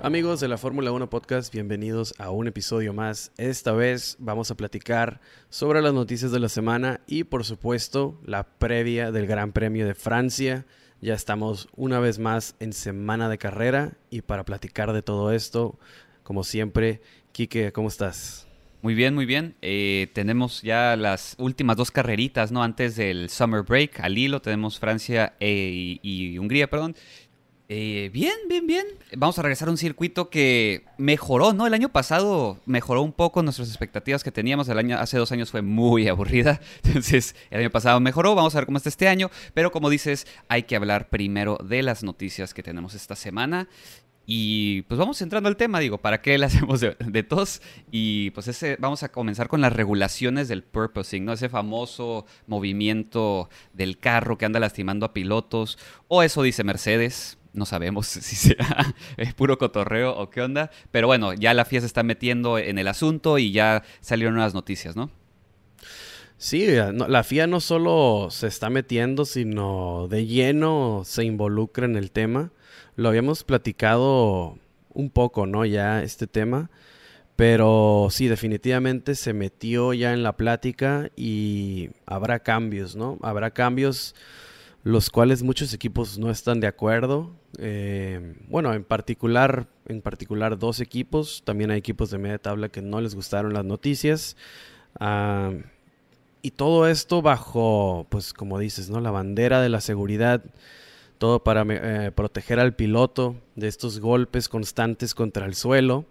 Amigos de la Fórmula 1 Podcast, bienvenidos a un episodio más. Esta vez vamos a platicar sobre las noticias de la semana y por supuesto la previa del Gran Premio de Francia. Ya estamos una vez más en semana de carrera y para platicar de todo esto, como siempre, Quique, ¿cómo estás? Muy bien, muy bien. Tenemos ya las últimas dos carreritas, ¿no? Antes del Summer Break, al hilo, tenemos Francia y Hungría, perdón. Bien, bien, bien. Vamos a regresar a un circuito que mejoró, ¿no? El año pasado mejoró un poco nuestras expectativas que teníamos. Hace 2 años fue muy aburrida. Entonces, el año pasado mejoró. Vamos a ver cómo está este año. Pero como dices, hay que hablar primero de las noticias que tenemos esta semana. Y pues vamos entrando al tema, digo, ¿para qué le hacemos de tos? Y pues vamos a comenzar con las regulaciones del purposing, ¿no? Ese famoso movimiento del carro que anda lastimando a pilotos, o eso dice Mercedes, no sabemos si sea puro cotorreo o qué onda, pero bueno, ya la FIA se está metiendo en el asunto y ya salieron nuevas noticias, ¿no? Sí, la FIA no solo se está metiendo, sino de lleno se involucra en el tema. Lo habíamos platicado un poco, ¿no? Ya este tema, pero sí, definitivamente se metió ya en la plática y habrá cambios, ¿no? Habrá cambios los cuales muchos equipos no están de acuerdo. Bueno, en particular dos equipos. También hay equipos de media tabla que no les gustaron las noticias. Ah, y todo esto bajo, pues como dices, ¿no? La bandera de la seguridad, todo para proteger al piloto de estos golpes constantes contra el suelo.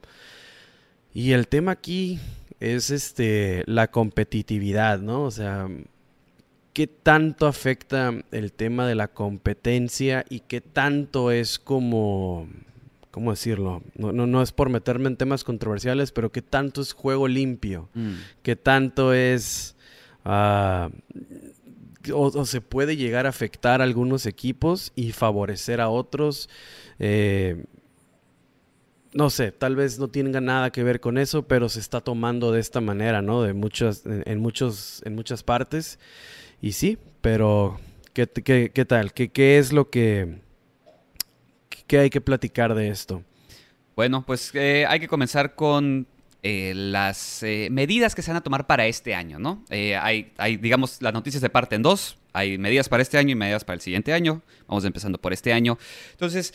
Y el tema aquí es la competitividad, ¿no? O sea, ¿qué tanto afecta el tema de la competencia y qué tanto es como, ¿cómo decirlo? No es por meterme en temas controversiales, pero qué tanto es juego limpio, Mm. qué tanto es ah, o se puede llegar a afectar a algunos equipos y favorecer a otros. Eh, no sé, tal vez no tenga nada que ver con eso, pero se está tomando de esta manera, ¿no? En muchas partes. Y sí, pero ¿qué tal? ¿Qué es lo que hay que platicar de esto? Bueno, pues hay que comenzar con las medidas que se van a tomar para este año, ¿no? Digamos, las noticias se parten dos. Hay medidas para este año y medidas para el siguiente año. Vamos empezando por este año. Entonces,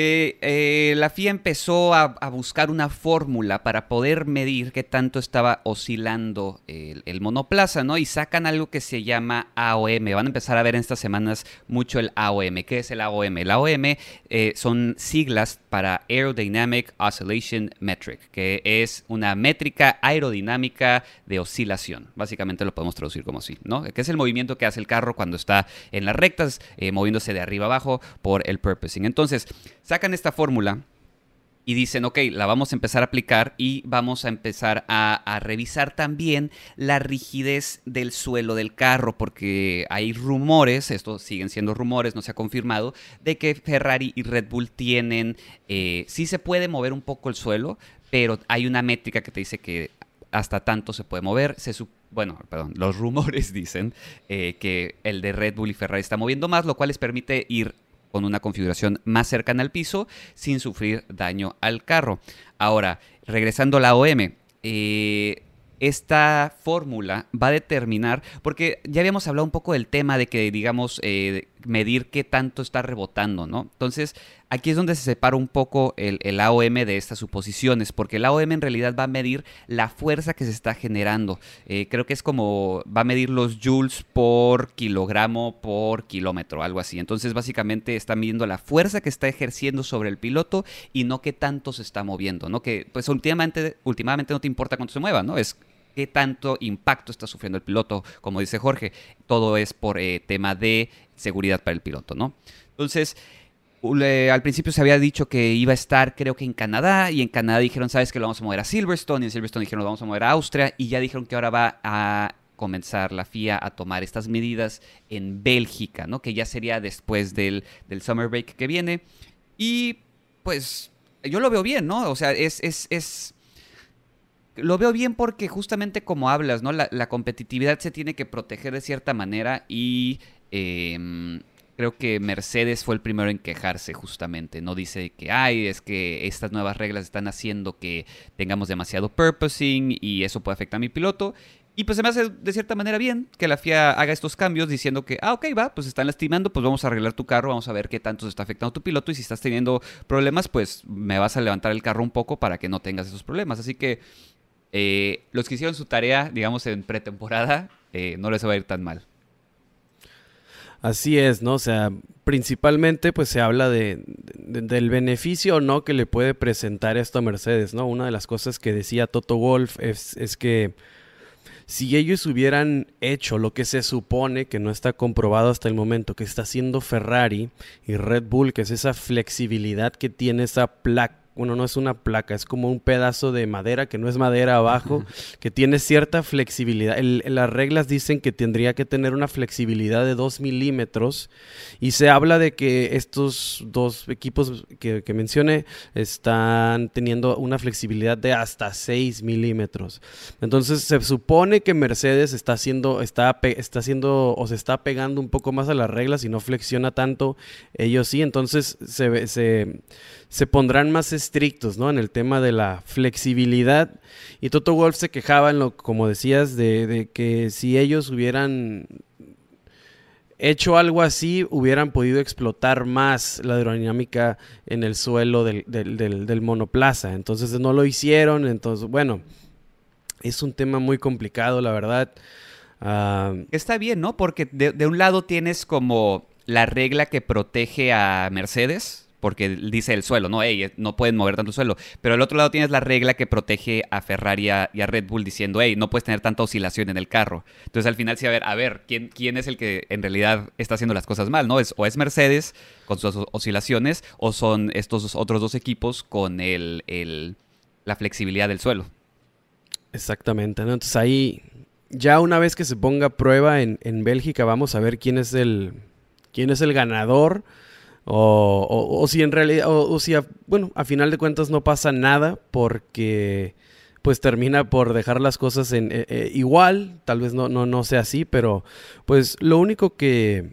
la FIA empezó a buscar una fórmula para poder medir qué tanto estaba oscilando el monoplaza, ¿no? Y sacan algo que se llama AOM. Van a empezar a ver en estas semanas mucho el AOM. ¿Qué es el AOM? El AOM son siglas para Aerodynamic Oscillation Metric, que es una métrica aerodinámica de oscilación. Básicamente lo podemos traducir como así, ¿no? Que es el movimiento que hace el carro cuando está en las rectas, moviéndose de arriba abajo por el purposing. Entonces, sacan esta fórmula y dicen, ok, la vamos a empezar a aplicar y vamos a empezar a revisar también la rigidez del suelo del carro, porque hay rumores, estos siguen siendo rumores, no se ha confirmado, de que Ferrari y Red Bull tienen, sí se puede mover un poco el suelo, pero hay una métrica que te dice que hasta tanto se puede mover. Bueno, perdón, los rumores dicen que el de Red Bull y Ferrari está moviendo más, lo cual les permite ir con una configuración más cercana al piso sin sufrir daño al carro. Ahora, regresando a la OM, esta fórmula va a determinar, porque ya habíamos hablado un poco del tema de que, digamos, medir qué tanto está rebotando, ¿no? Entonces, aquí es donde se separa un poco el AOM de estas suposiciones, porque el AOM en realidad va a medir la fuerza que se está generando. Creo que es como, va a medir los joules por kilogramo por kilómetro, algo así. Entonces, básicamente está midiendo la fuerza que está ejerciendo sobre el piloto y no qué tanto se está moviendo, ¿no? Que, pues, últimamente no te importa cuánto se mueva, ¿no? Es qué tanto impacto está sufriendo el piloto, como dice Jorge. Todo es por tema de seguridad para el piloto, ¿no? Entonces, al principio se había dicho que iba a estar, creo que en Canadá, y en Canadá dijeron, ¿sabes qué? Lo vamos a mover a Silverstone, y en Silverstone dijeron, lo vamos a mover a Austria, y ya dijeron que ahora va a comenzar la FIA a tomar estas medidas en Bélgica, ¿no? Que ya sería después del Summer Break que viene. Y, pues, yo lo veo bien, ¿no? O sea, lo veo bien porque justamente como hablas, ¿no? La competitividad se tiene que proteger de cierta manera y creo que Mercedes fue el primero en quejarse justamente. No dice que, ay, es que estas nuevas reglas están haciendo que tengamos demasiado purposing y eso puede afectar a mi piloto. Y pues se me hace de cierta manera bien que la FIA haga estos cambios diciendo que, ok, va, pues están lastimando, pues vamos a arreglar tu carro, vamos a ver qué tanto se está afectando tu piloto y si estás teniendo problemas, pues me vas a levantar el carro un poco para que no tengas esos problemas. Así que los que hicieron su tarea, digamos, en pretemporada, no les va a ir tan mal. Así es, ¿no? O sea, principalmente pues se habla del beneficio o no que le puede presentar esto a Mercedes, ¿no? Una de las cosas que decía Toto Wolff es que si ellos hubieran hecho lo que se supone, que no está comprobado hasta el momento, que está haciendo Ferrari y Red Bull, que es esa flexibilidad que tiene esa placa, bueno, no es una placa, es como un pedazo de madera que no es madera abajo, que tiene cierta flexibilidad. Las reglas dicen que tendría que tener una flexibilidad de 2 milímetros y se habla de que estos dos equipos que mencioné están teniendo una flexibilidad de hasta 6 milímetros. Entonces se supone que Mercedes está haciendo o se está pegando un poco más a las reglas y no flexiona tanto, ellos sí, entonces se pondrán más estrictos, ¿no? En el tema de la flexibilidad. Y Toto Wolff se quejaba, como decías, de que si ellos hubieran hecho algo así, hubieran podido explotar más la aerodinámica en el suelo del monoplaza. Entonces no lo hicieron. Entonces, bueno, es un tema muy complicado, la verdad. Está bien, ¿no? Porque de un lado tienes como la regla que protege a Mercedes, porque dice el suelo, ¿no? Ey, no pueden mover tanto el suelo. Pero al otro lado tienes la regla que protege a Ferrari y a Red Bull diciendo, hey, no puedes tener tanta oscilación en el carro. Entonces al final sí, a ver, ¿quién es el que en realidad está haciendo las cosas mal, ¿no? O es Mercedes con sus oscilaciones, o son estos otros dos equipos con la flexibilidad del suelo. Exactamente, ¿no? Entonces ahí, ya una vez que se ponga a prueba en Bélgica, vamos a ver quién es el ganador. O si en realidad, bueno, a final de cuentas no pasa nada porque pues termina por dejar las cosas igual, tal vez no sea así, pero pues lo único que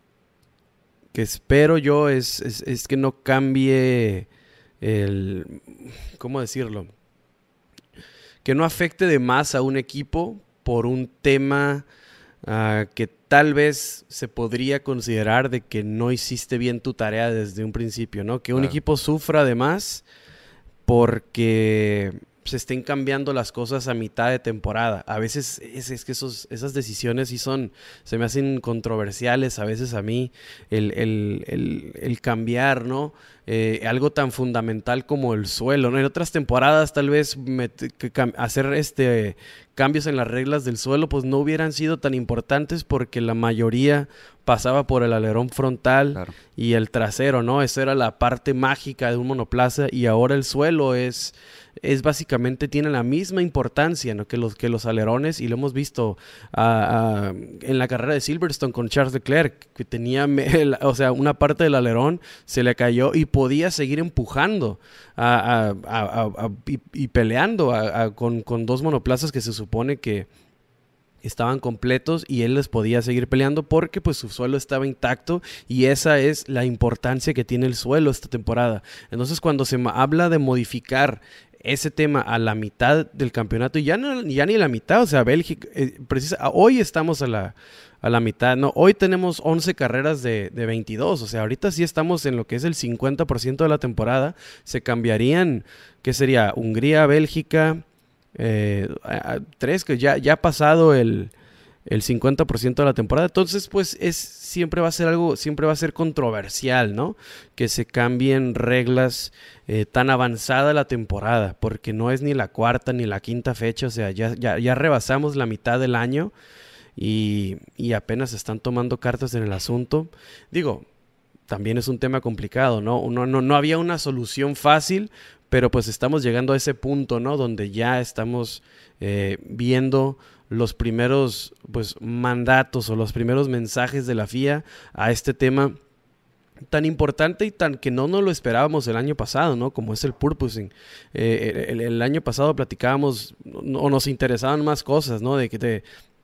espero yo es que no cambie ¿cómo decirlo? Que no afecte de más a un equipo por un tema que tal vez se podría considerar de que no hiciste bien tu tarea desde un principio, ¿no? Que un equipo sufra de más porque se estén cambiando las cosas a mitad de temporada. A veces es que esas decisiones sí se me hacen controversiales a veces a mí, el cambiar, ¿no? Algo tan fundamental como el suelo, ¿no? En otras temporadas tal vez hacer cambios en las reglas del suelo pues no hubieran sido tan importantes porque la mayoría pasaba por el alerón frontal y el trasero, ¿no? Esa era la parte mágica de un monoplaza y ahora el suelo es básicamente, tiene la misma importancia, ¿no? que los alerones, y lo hemos visto en la carrera de Silverstone con Charles Leclerc, que tenía una parte del alerón se le cayó y podía seguir empujando y peleando con dos monoplazas que se supone que estaban completos y él les podía seguir peleando porque pues su suelo estaba intacto y esa es la importancia que tiene el suelo esta temporada. Entonces cuando se habla de modificar ese tema a la mitad del campeonato, y ya ni la mitad, o sea, Bélgica, hoy estamos a la mitad, ¿no? Hoy tenemos 11 carreras de 22, o sea, ahorita sí estamos en lo que es el 50% de la temporada, se cambiarían, ¿qué sería? Hungría, Bélgica, 3, que ya ha pasado el 50% de la temporada, entonces pues siempre va a ser controversial, ¿no? Que se cambien reglas tan avanzada la temporada, porque no es ni la cuarta ni la quinta fecha, o sea, ya rebasamos la mitad del año y apenas están tomando cartas en el asunto. Digo, también es un tema complicado, ¿no? No había una solución fácil, pero pues estamos llegando a ese punto, ¿no? Donde ya estamos viendo los primeros pues mandatos o los primeros mensajes de la FIA a este tema tan importante y tan que no nos lo esperábamos el año pasado, ¿no? Como es el purposing. El año pasado platicábamos o nos interesaban más cosas, ¿no? De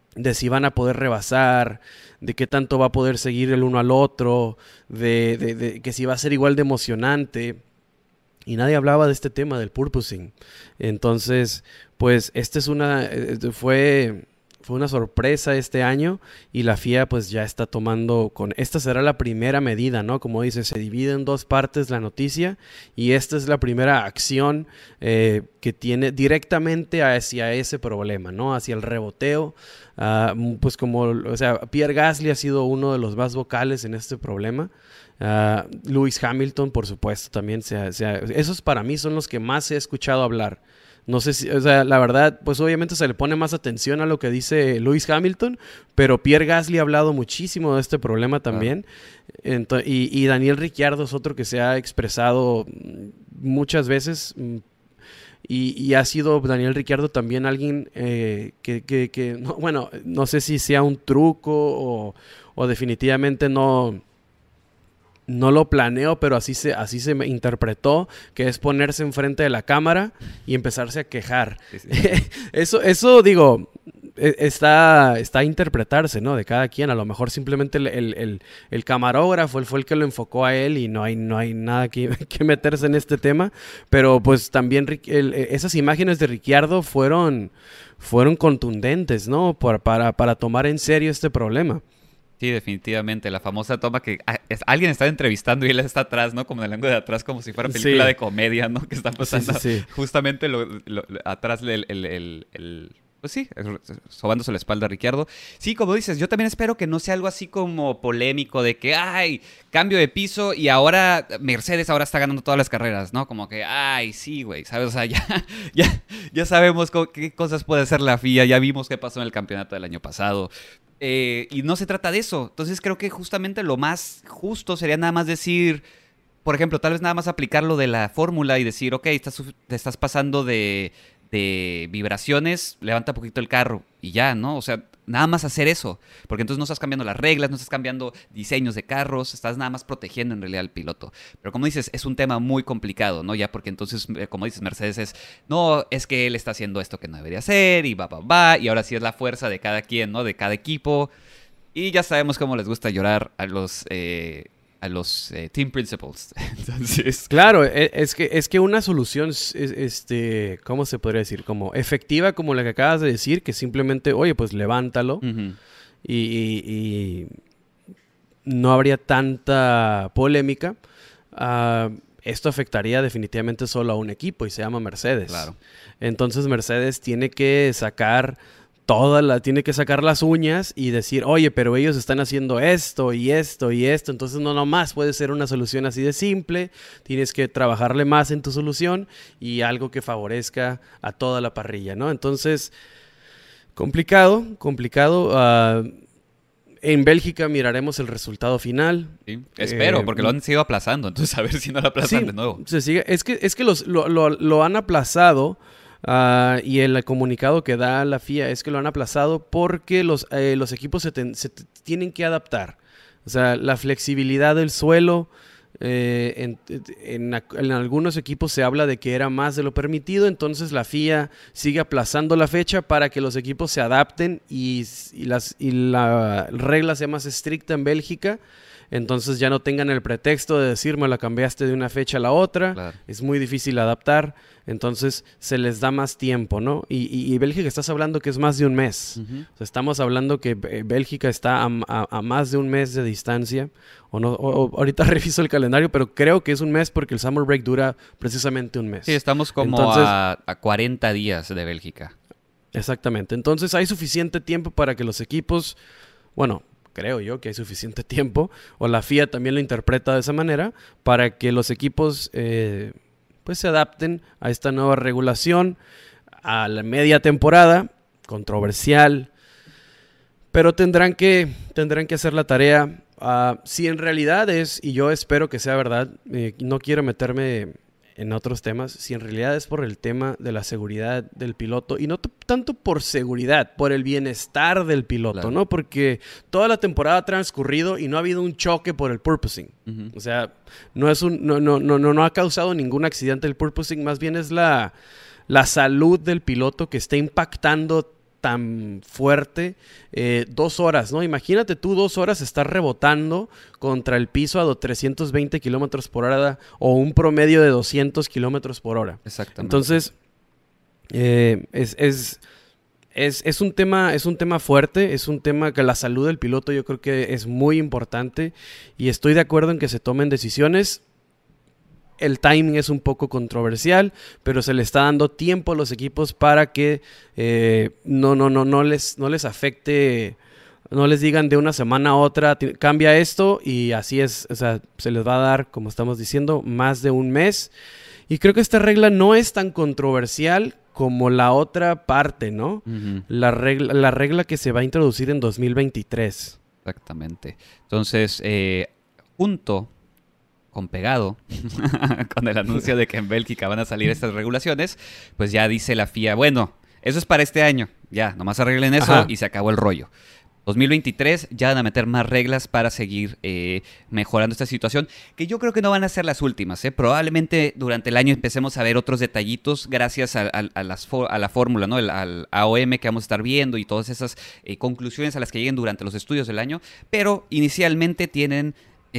de si van a poder rebasar, de qué tanto va a poder seguir el uno al otro, de que si va a ser igual de emocionante. Y nadie hablaba de este tema del purposing. Entonces, pues, fue una sorpresa este año y la FIA pues ya está tomando esta será la primera medida, ¿no? Como dice, se divide en dos partes la noticia y esta es la primera acción que tiene directamente hacia ese problema, ¿no? Hacia el reboteo. Pues o sea, Pierre Gasly ha sido uno de los más vocales en este problema. Lewis Hamilton, por supuesto, también esos para mí son los que más he escuchado hablar. No sé si, o sea, la verdad, pues obviamente se le pone más atención a lo que dice Lewis Hamilton, pero Pierre Gasly ha hablado muchísimo de este problema también. Y Daniel Ricciardo es otro que se ha expresado muchas veces. Y ha sido Daniel Ricciardo también alguien no sé si sea un truco o definitivamente no lo planeo, pero así se me interpretó, que es ponerse enfrente de la cámara y empezarse a quejar. Sí. Eso digo, está a interpretarse, ¿no? De cada quien. A lo mejor simplemente el camarógrafo fue el que lo enfocó a él y no hay nada que meterse en este tema. Pero pues también esas imágenes de Ricciardo fueron contundentes, ¿no? Para tomar en serio este problema. Sí, definitivamente. La famosa toma que alguien está entrevistando y él está atrás, ¿no? Como en el ángulo de atrás, como si fuera película de comedia, ¿no? Que está pasando justamente atrás pues sí, sobándose la espalda a Ricciardo. Sí, como dices, yo también espero que no sea algo así como polémico de que, ay, cambio de piso y ahora Mercedes ahora está ganando todas las carreras, ¿no? Como que, ay, sí, güey, ¿sabes? O sea, ya sabemos qué cosas puede hacer la FIA, ya vimos qué pasó en el campeonato del año pasado. Y no se trata de eso. Entonces creo que justamente lo más justo sería nada más decir, por ejemplo, tal vez nada más aplicar lo de la fórmula y decir, ok, te estás pasando de vibraciones, levanta un poquito el carro y ya, ¿no? O sea, nada más hacer eso, porque entonces no estás cambiando las reglas, no estás cambiando diseños de carros, estás nada más protegiendo en realidad al piloto. Pero como dices, es un tema muy complicado, ¿no? Ya porque entonces, como dices, Mercedes no, es que él está haciendo esto que no debería hacer y va, y ahora sí es la fuerza de cada quien, ¿no? De cada equipo. Y ya sabemos cómo les gusta llorar a los team principals. Entonces, claro, es que una solución ¿cómo se podría decir? Como efectiva, como la que acabas de decir, que simplemente, oye, pues levántalo. Uh-huh. y no habría tanta polémica. Esto afectaría definitivamente solo a un equipo y se llama Mercedes. Claro. Entonces Mercedes tiene que sacar tiene que sacar las uñas y decir, oye, pero ellos están haciendo esto y esto y esto, entonces no nomás puede ser una solución así de simple, tienes que trabajarle más en tu solución y algo que favorezca a toda la parrilla, ¿no? Entonces, complicado. En Bélgica miraremos el resultado final. Sí, espero, porque lo han seguido aplazando, entonces a ver si no lo aplazan de nuevo. Se sigue. Es que lo han aplazado. Y el comunicado que da la FIA es que lo han aplazado porque los equipos se tienen que adaptar. O sea, la flexibilidad del suelo, en algunos equipos se habla de que era más de lo permitido, entonces la FIA sigue aplazando la fecha para que los equipos se adapten y la regla sea más estricta en Bélgica. Entonces ya no tengan el pretexto de decir, me la cambiaste de una fecha a la otra. Claro. Es muy difícil adaptar. Entonces se les da más tiempo, ¿no? Y Bélgica estás hablando que es más de un mes. Uh-huh. O sea, estamos hablando que Bélgica está a más de un mes de distancia. Ahorita reviso el calendario, pero creo que es un mes porque el Summer Break dura precisamente un mes. Sí, estamos como a 40 días de Bélgica. Exactamente. Entonces hay suficiente tiempo para que los equipos, bueno, creo yo que hay suficiente tiempo, o la FIA también lo interpreta de esa manera, para que los equipos pues se adapten a esta nueva regulación, a la media temporada, controversial, pero tendrán que hacer la tarea. Si en realidad es, y yo espero que sea verdad, no quiero meterme en otros temas, si en realidad es por el tema de la seguridad del piloto, y no tanto por seguridad, por el bienestar del piloto, claro, ¿no? Porque toda la temporada ha transcurrido y no ha habido un choque por el purposing. Uh-huh. O sea, no ha causado ningún accidente el purposing, más bien es la salud del piloto que está impactando tan fuerte 2 horas, ¿no? Imagínate tú 2 horas estar rebotando contra el piso a 320 kilómetros por hora o un promedio de 200 kilómetros por hora. Exactamente. Entonces, es un tema fuerte, es un tema que la salud del piloto yo creo que es muy importante y estoy de acuerdo en que se tomen decisiones. El timing es un poco controversial, pero se le está dando tiempo a los equipos para que no les afecte, no les digan de una semana a otra, cambia esto y así es, o sea, se les va a dar, como estamos diciendo, más de un mes. Y creo que esta regla no es tan controversial como la otra parte, ¿no? Uh-huh. La regla que se va a introducir en 2023. Exactamente. Entonces, junto con pegado con el anuncio de que en Bélgica van a salir estas regulaciones, pues ya dice la FIA, bueno, eso es para este año, ya, nomás arreglen eso. Ajá. Y se acabó el rollo. 2023 ya van a meter más reglas para seguir mejorando esta situación, que yo creo que no van a ser las últimas. Probablemente durante el año empecemos a ver otros detallitos gracias a la fórmula, ¿no? Al AOM que vamos a estar viendo y todas esas conclusiones a las que lleguen durante los estudios del año, pero inicialmente tienen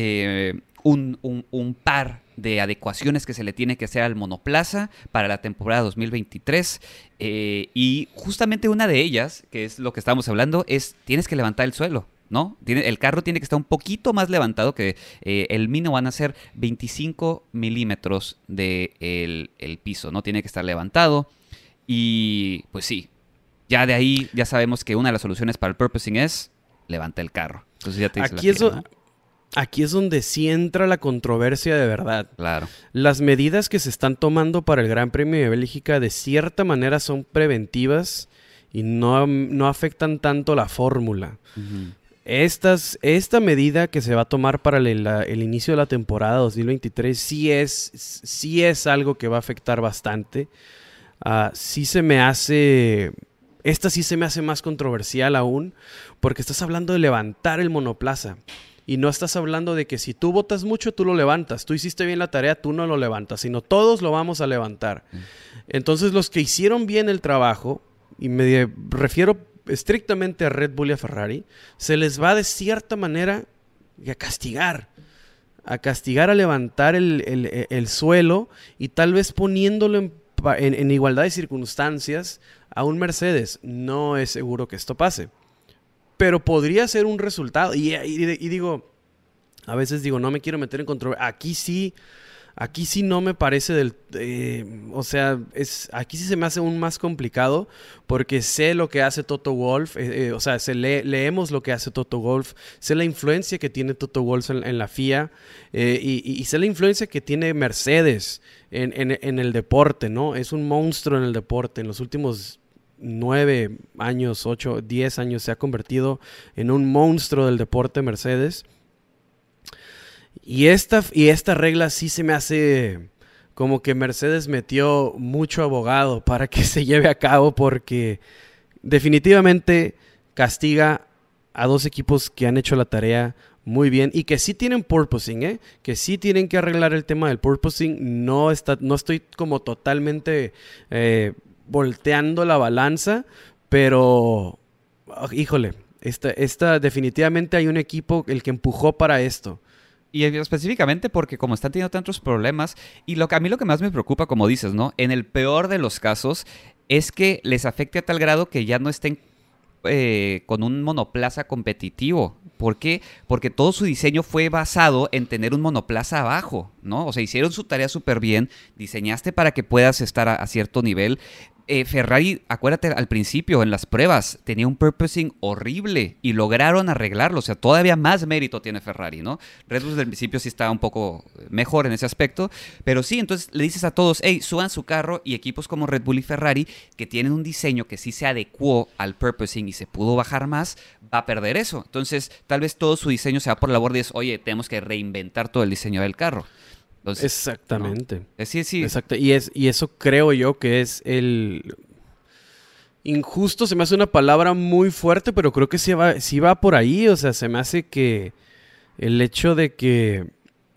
un par de adecuaciones que se le tiene que hacer al monoplaza para la temporada 2023 y justamente una de ellas, que es lo que estábamos hablando, es tienes que levantar el suelo, ¿no? El carro tiene que estar un poquito más levantado, que el mínimo van a ser 25 milímetros del piso, ¿no? Tiene que estar levantado y pues sí, ya de ahí ya sabemos que una de las soluciones para el purposing es levanta el carro. Entonces ya te dice aquí eso... ¿no? Aquí es donde sí entra la controversia de verdad. Claro. Las medidas que se están tomando para el Gran Premio de Bélgica de cierta manera son preventivas y no afectan tanto la fórmula. Uh-huh. Esta medida que se va a tomar para el inicio de la temporada 2023 sí es algo que va a afectar bastante. Sí se me hace... Esta sí se me hace más controversial aún porque estás hablando de levantar el monoplaza. Y no estás hablando de que si tú botas mucho, tú lo levantas. Tú hiciste bien la tarea, tú no lo levantas. Sino todos lo vamos a levantar. Entonces, los que hicieron bien el trabajo, y me refiero estrictamente a Red Bull y a Ferrari, se les va de cierta manera a castigar. A levantar el suelo y tal vez poniéndolo en igualdad de circunstancias a un Mercedes. No es seguro que esto pase. Pero podría ser un resultado. Y digo, a veces digo, no me quiero meter en controversia. Aquí sí no me parece aquí sí se me hace aún más complicado porque sé lo que hace Toto Wolff. Leemos lo que hace Toto Wolff. Sé la influencia que tiene Toto Wolff en la FIA. Y sé la influencia que tiene Mercedes en el deporte, ¿no? Es un monstruo en el deporte. En los últimos 9 años, 8, 10 años se ha convertido en un monstruo del deporte Mercedes. Y esta regla sí se me hace como que Mercedes metió mucho abogado para que se lleve a cabo porque definitivamente castiga a 2 equipos que han hecho la tarea muy bien y que sí tienen purposing, que sí tienen que arreglar el tema del purposing. No estoy como totalmente... volteando la balanza, pero híjole, esta definitivamente hay un equipo el que empujó para esto. Y específicamente porque como están teniendo tantos problemas, y a mí lo que más me preocupa, como dices, ¿no? En el peor de los casos, es que les afecte a tal grado que ya no estén con un monoplaza competitivo. ¿Por qué? Porque todo su diseño fue basado en tener un monoplaza abajo, ¿no? O sea, hicieron su tarea súper bien, diseñaste para que puedas estar a cierto nivel. Ferrari, acuérdate, al principio, en las pruebas, tenía un purposing horrible y lograron arreglarlo. O sea, todavía más mérito tiene Ferrari, ¿no? Red Bull desde el principio sí está un poco mejor en ese aspecto. Pero sí, entonces le dices a todos, hey, suban su carro, y equipos como Red Bull y Ferrari, que tienen un diseño que sí se adecuó al purposing y se pudo bajar más, va a perder eso. Entonces, tal vez todo su diseño se va por la borda y es, oye, tenemos que reinventar todo el diseño del carro. Entonces, exactamente. ¿no? Sí. Exacto. Y eso creo yo que es el... Injusto se me hace una palabra muy fuerte, pero creo que sí va por ahí. O sea, se me hace que el hecho de que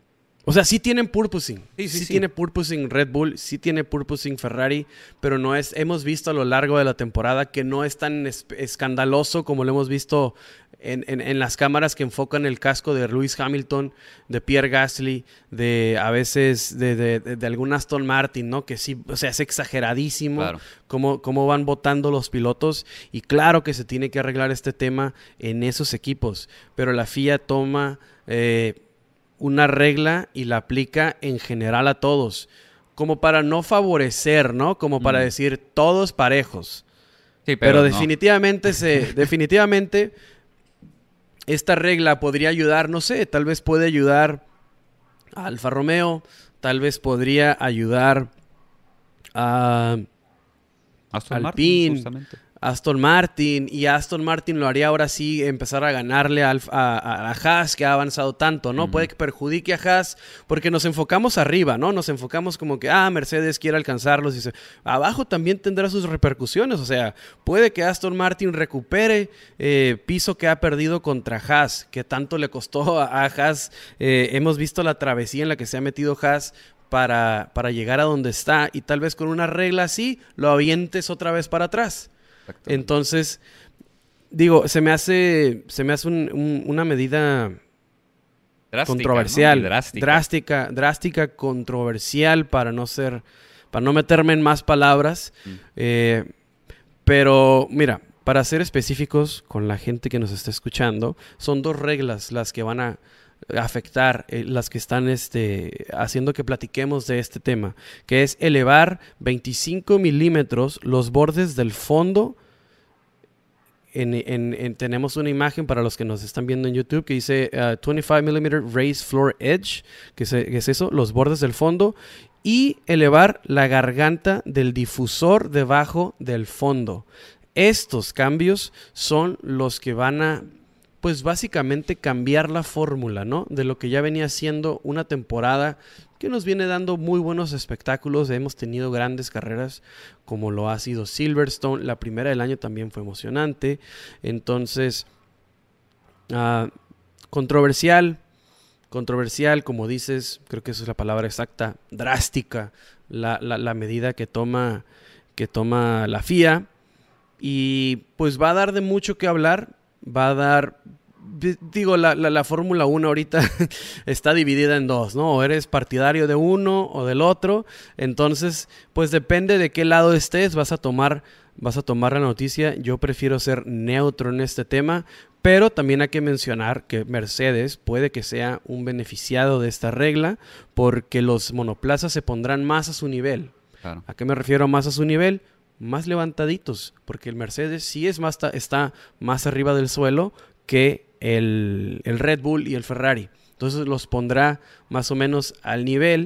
O sea, sí tienen purposing. Sí. Tiene purposing Red Bull, sí tiene purposing Ferrari, pero no es... Hemos visto a lo largo de la temporada que no es tan escandaloso como lo hemos visto en las cámaras que enfocan el casco de Lewis Hamilton, de Pierre Gasly, de a veces de algún Aston Martin, ¿no? Que sí, o sea, es exageradísimo Claro. cómo van votando los pilotos. Y claro que se tiene que arreglar este tema en esos equipos, pero la FIA toma... una regla y la aplica en general a todos, como para no favorecer, ¿no? Como para decir todos parejos. Sí, Pero no. definitivamente esta regla podría ayudar, no sé, tal vez puede ayudar a Alfa Romeo, tal vez podría ayudar a Aston Martin, Alpine, justamente. Aston Martin, y Aston Martin lo haría ahora sí empezar a ganarle a Haas, que ha avanzado tanto, ¿no? Puede que perjudique a Haas, porque nos enfocamos arriba, ¿no? Nos enfocamos como que, Mercedes quiere alcanzarlos, abajo también tendrá sus repercusiones, o sea, puede que Aston Martin recupere piso que ha perdido contra Haas, que tanto le costó a Haas. Hemos visto la travesía en la que se ha metido Haas para llegar a donde está, y tal vez con una regla así lo avientes otra vez para atrás. Entonces, digo, se me hace una medida Drástica, controversial, ¿no? drástica, controversial, para no meterme en más palabras. Pero mira, para ser específicos con la gente que nos está escuchando, son 2 reglas las que van a afectar, las que están haciendo que platiquemos de este tema, que es elevar 25 milímetros los bordes del fondo. Tenemos una imagen para los que nos están viendo en YouTube que dice 25 millimeter raised floor edge, que es eso, los bordes del fondo, y elevar la garganta del difusor debajo del fondo. Estos cambios son los que van a, pues básicamente, cambiar la fórmula, ¿no? De lo que ya venía siendo una temporada que nos viene dando muy buenos espectáculos. Hemos tenido grandes carreras, como lo ha sido Silverstone. La primera del año también fue emocionante. Entonces, controversial, como dices, creo que esa es la palabra exacta, drástica, la medida que toma la FIA. Y pues va a dar de mucho que hablar, va a dar... Digo, la Fórmula 1 ahorita está dividida en 2, ¿no? O eres partidario de uno o del otro. Entonces, pues depende de qué lado estés, vas a tomar la noticia. Yo prefiero ser neutro en este tema, pero también hay que mencionar que Mercedes puede que sea un beneficiado de esta regla, porque los monoplazas se pondrán más a su nivel. Claro. ¿A qué me refiero más a su nivel? Más levantaditos, porque el Mercedes sí está más arriba del suelo que el Red Bull y el Ferrari. Entonces los pondrá más o menos al nivel,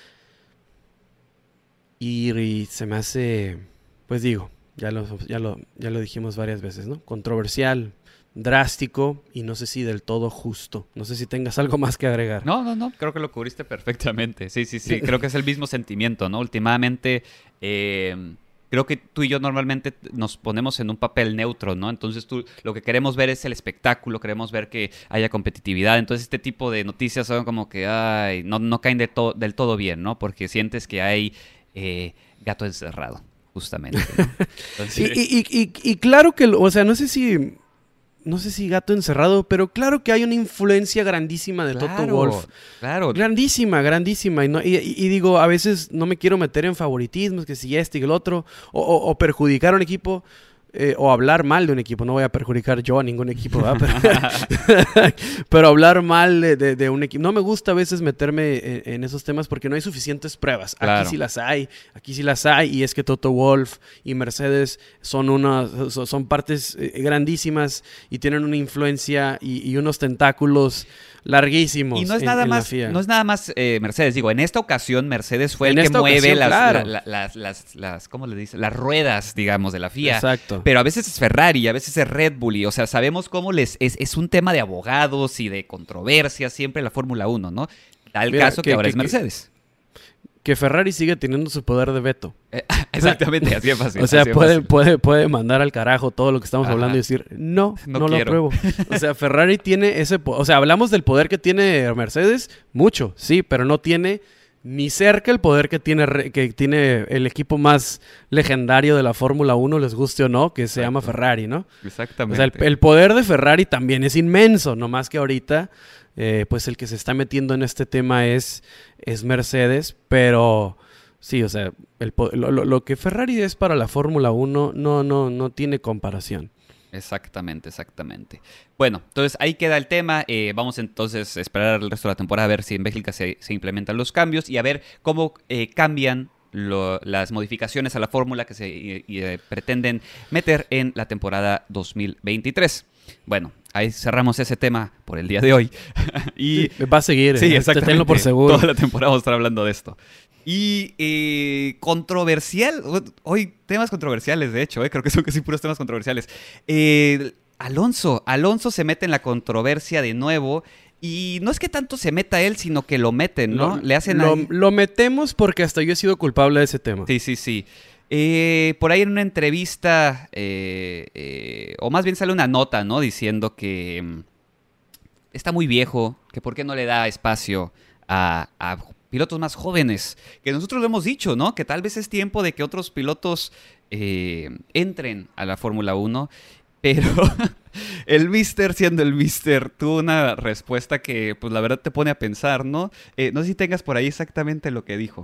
y se me hace, pues digo, ya lo dijimos varias veces, ¿no? Controversial, drástico, y no sé si del todo justo. No sé si tengas algo más que agregar. No, creo que lo cubriste perfectamente. Sí, creo que es el mismo sentimiento, ¿no? Últimamente, creo que tú y yo normalmente nos ponemos en un papel neutro, ¿no? Entonces lo que queremos ver es el espectáculo, queremos ver que haya competitividad. Entonces este tipo de noticias son como que no caen del todo bien, ¿no? Porque sientes que hay gato encerrado, justamente, ¿no? Entonces... y claro que, o sea, no sé si gato encerrado, pero claro que hay una influencia grandísima de Toto Wolff. Claro. Grandísima. Y digo, a veces no me quiero meter en favoritismos, que si este y el otro, o perjudicar a un equipo, o hablar mal de un equipo. No voy a perjudicar yo a ningún equipo, ¿verdad? Pero hablar mal de un equipo. No me gusta a veces meterme en esos temas porque no hay suficientes pruebas. Claro. Aquí sí las hay, y es que Toto Wolff y Mercedes son partes grandísimas y tienen una influencia y unos tentáculos larguísimos. Y no es nada más Mercedes. Digo, en esta ocasión Mercedes fue el que mueve las ¿cómo le dice? Las ruedas, digamos, de la FIA. Exacto. Pero a veces es Ferrari, a veces es Red Bull. Y, o sea, sabemos cómo es un tema de abogados y de controversia siempre la Fórmula 1, ¿no? Tal caso que ahora es Mercedes. que Ferrari sigue teniendo su poder de veto. Exactamente, así es fácil. O sea, puede mandar al carajo todo lo que estamos hablando y decir, no lo apruebo. O sea, Ferrari tiene ese... O sea, hablamos del poder que tiene Mercedes, mucho, sí, pero no tiene ni cerca el poder que tiene el equipo más legendario de la Fórmula 1, les guste o no, que se llama Ferrari, ¿no? Exactamente. O sea, el poder de Ferrari también es inmenso, nomás que ahorita, pues el que se está metiendo en este tema es Mercedes, pero sí, o sea, lo que Ferrari es para la Fórmula 1 no tiene comparación. Exactamente. Bueno, entonces ahí queda el tema. Vamos entonces a esperar el resto de la temporada a ver si en Bélgica se implementan los cambios y a ver cómo cambian las modificaciones a la fórmula que se pretenden meter en la temporada 2023. Bueno, ahí cerramos ese tema por el día de hoy. Y va a seguir. Sí, exactamente. Tenlo por seguro. Toda la temporada vamos a estar hablando de esto. Y controversial, hoy temas controversiales de hecho, creo que son casi puros temas controversiales. Alonso se mete en la controversia de nuevo y no es que tanto se meta él, sino que lo meten, ¿no? Le hacen lo metemos porque hasta yo he sido culpable de ese tema. Sí. Por ahí en una entrevista, o más bien sale una nota, ¿no? Diciendo que está muy viejo, que por qué no le da espacio a pilotos más jóvenes, que nosotros lo hemos dicho, ¿no? Que tal vez es tiempo de que otros pilotos entren a la Fórmula 1, pero el Mister, siendo el Mister, tuvo una respuesta que, pues la verdad te pone a pensar, ¿no? No sé si tengas por ahí exactamente lo que dijo.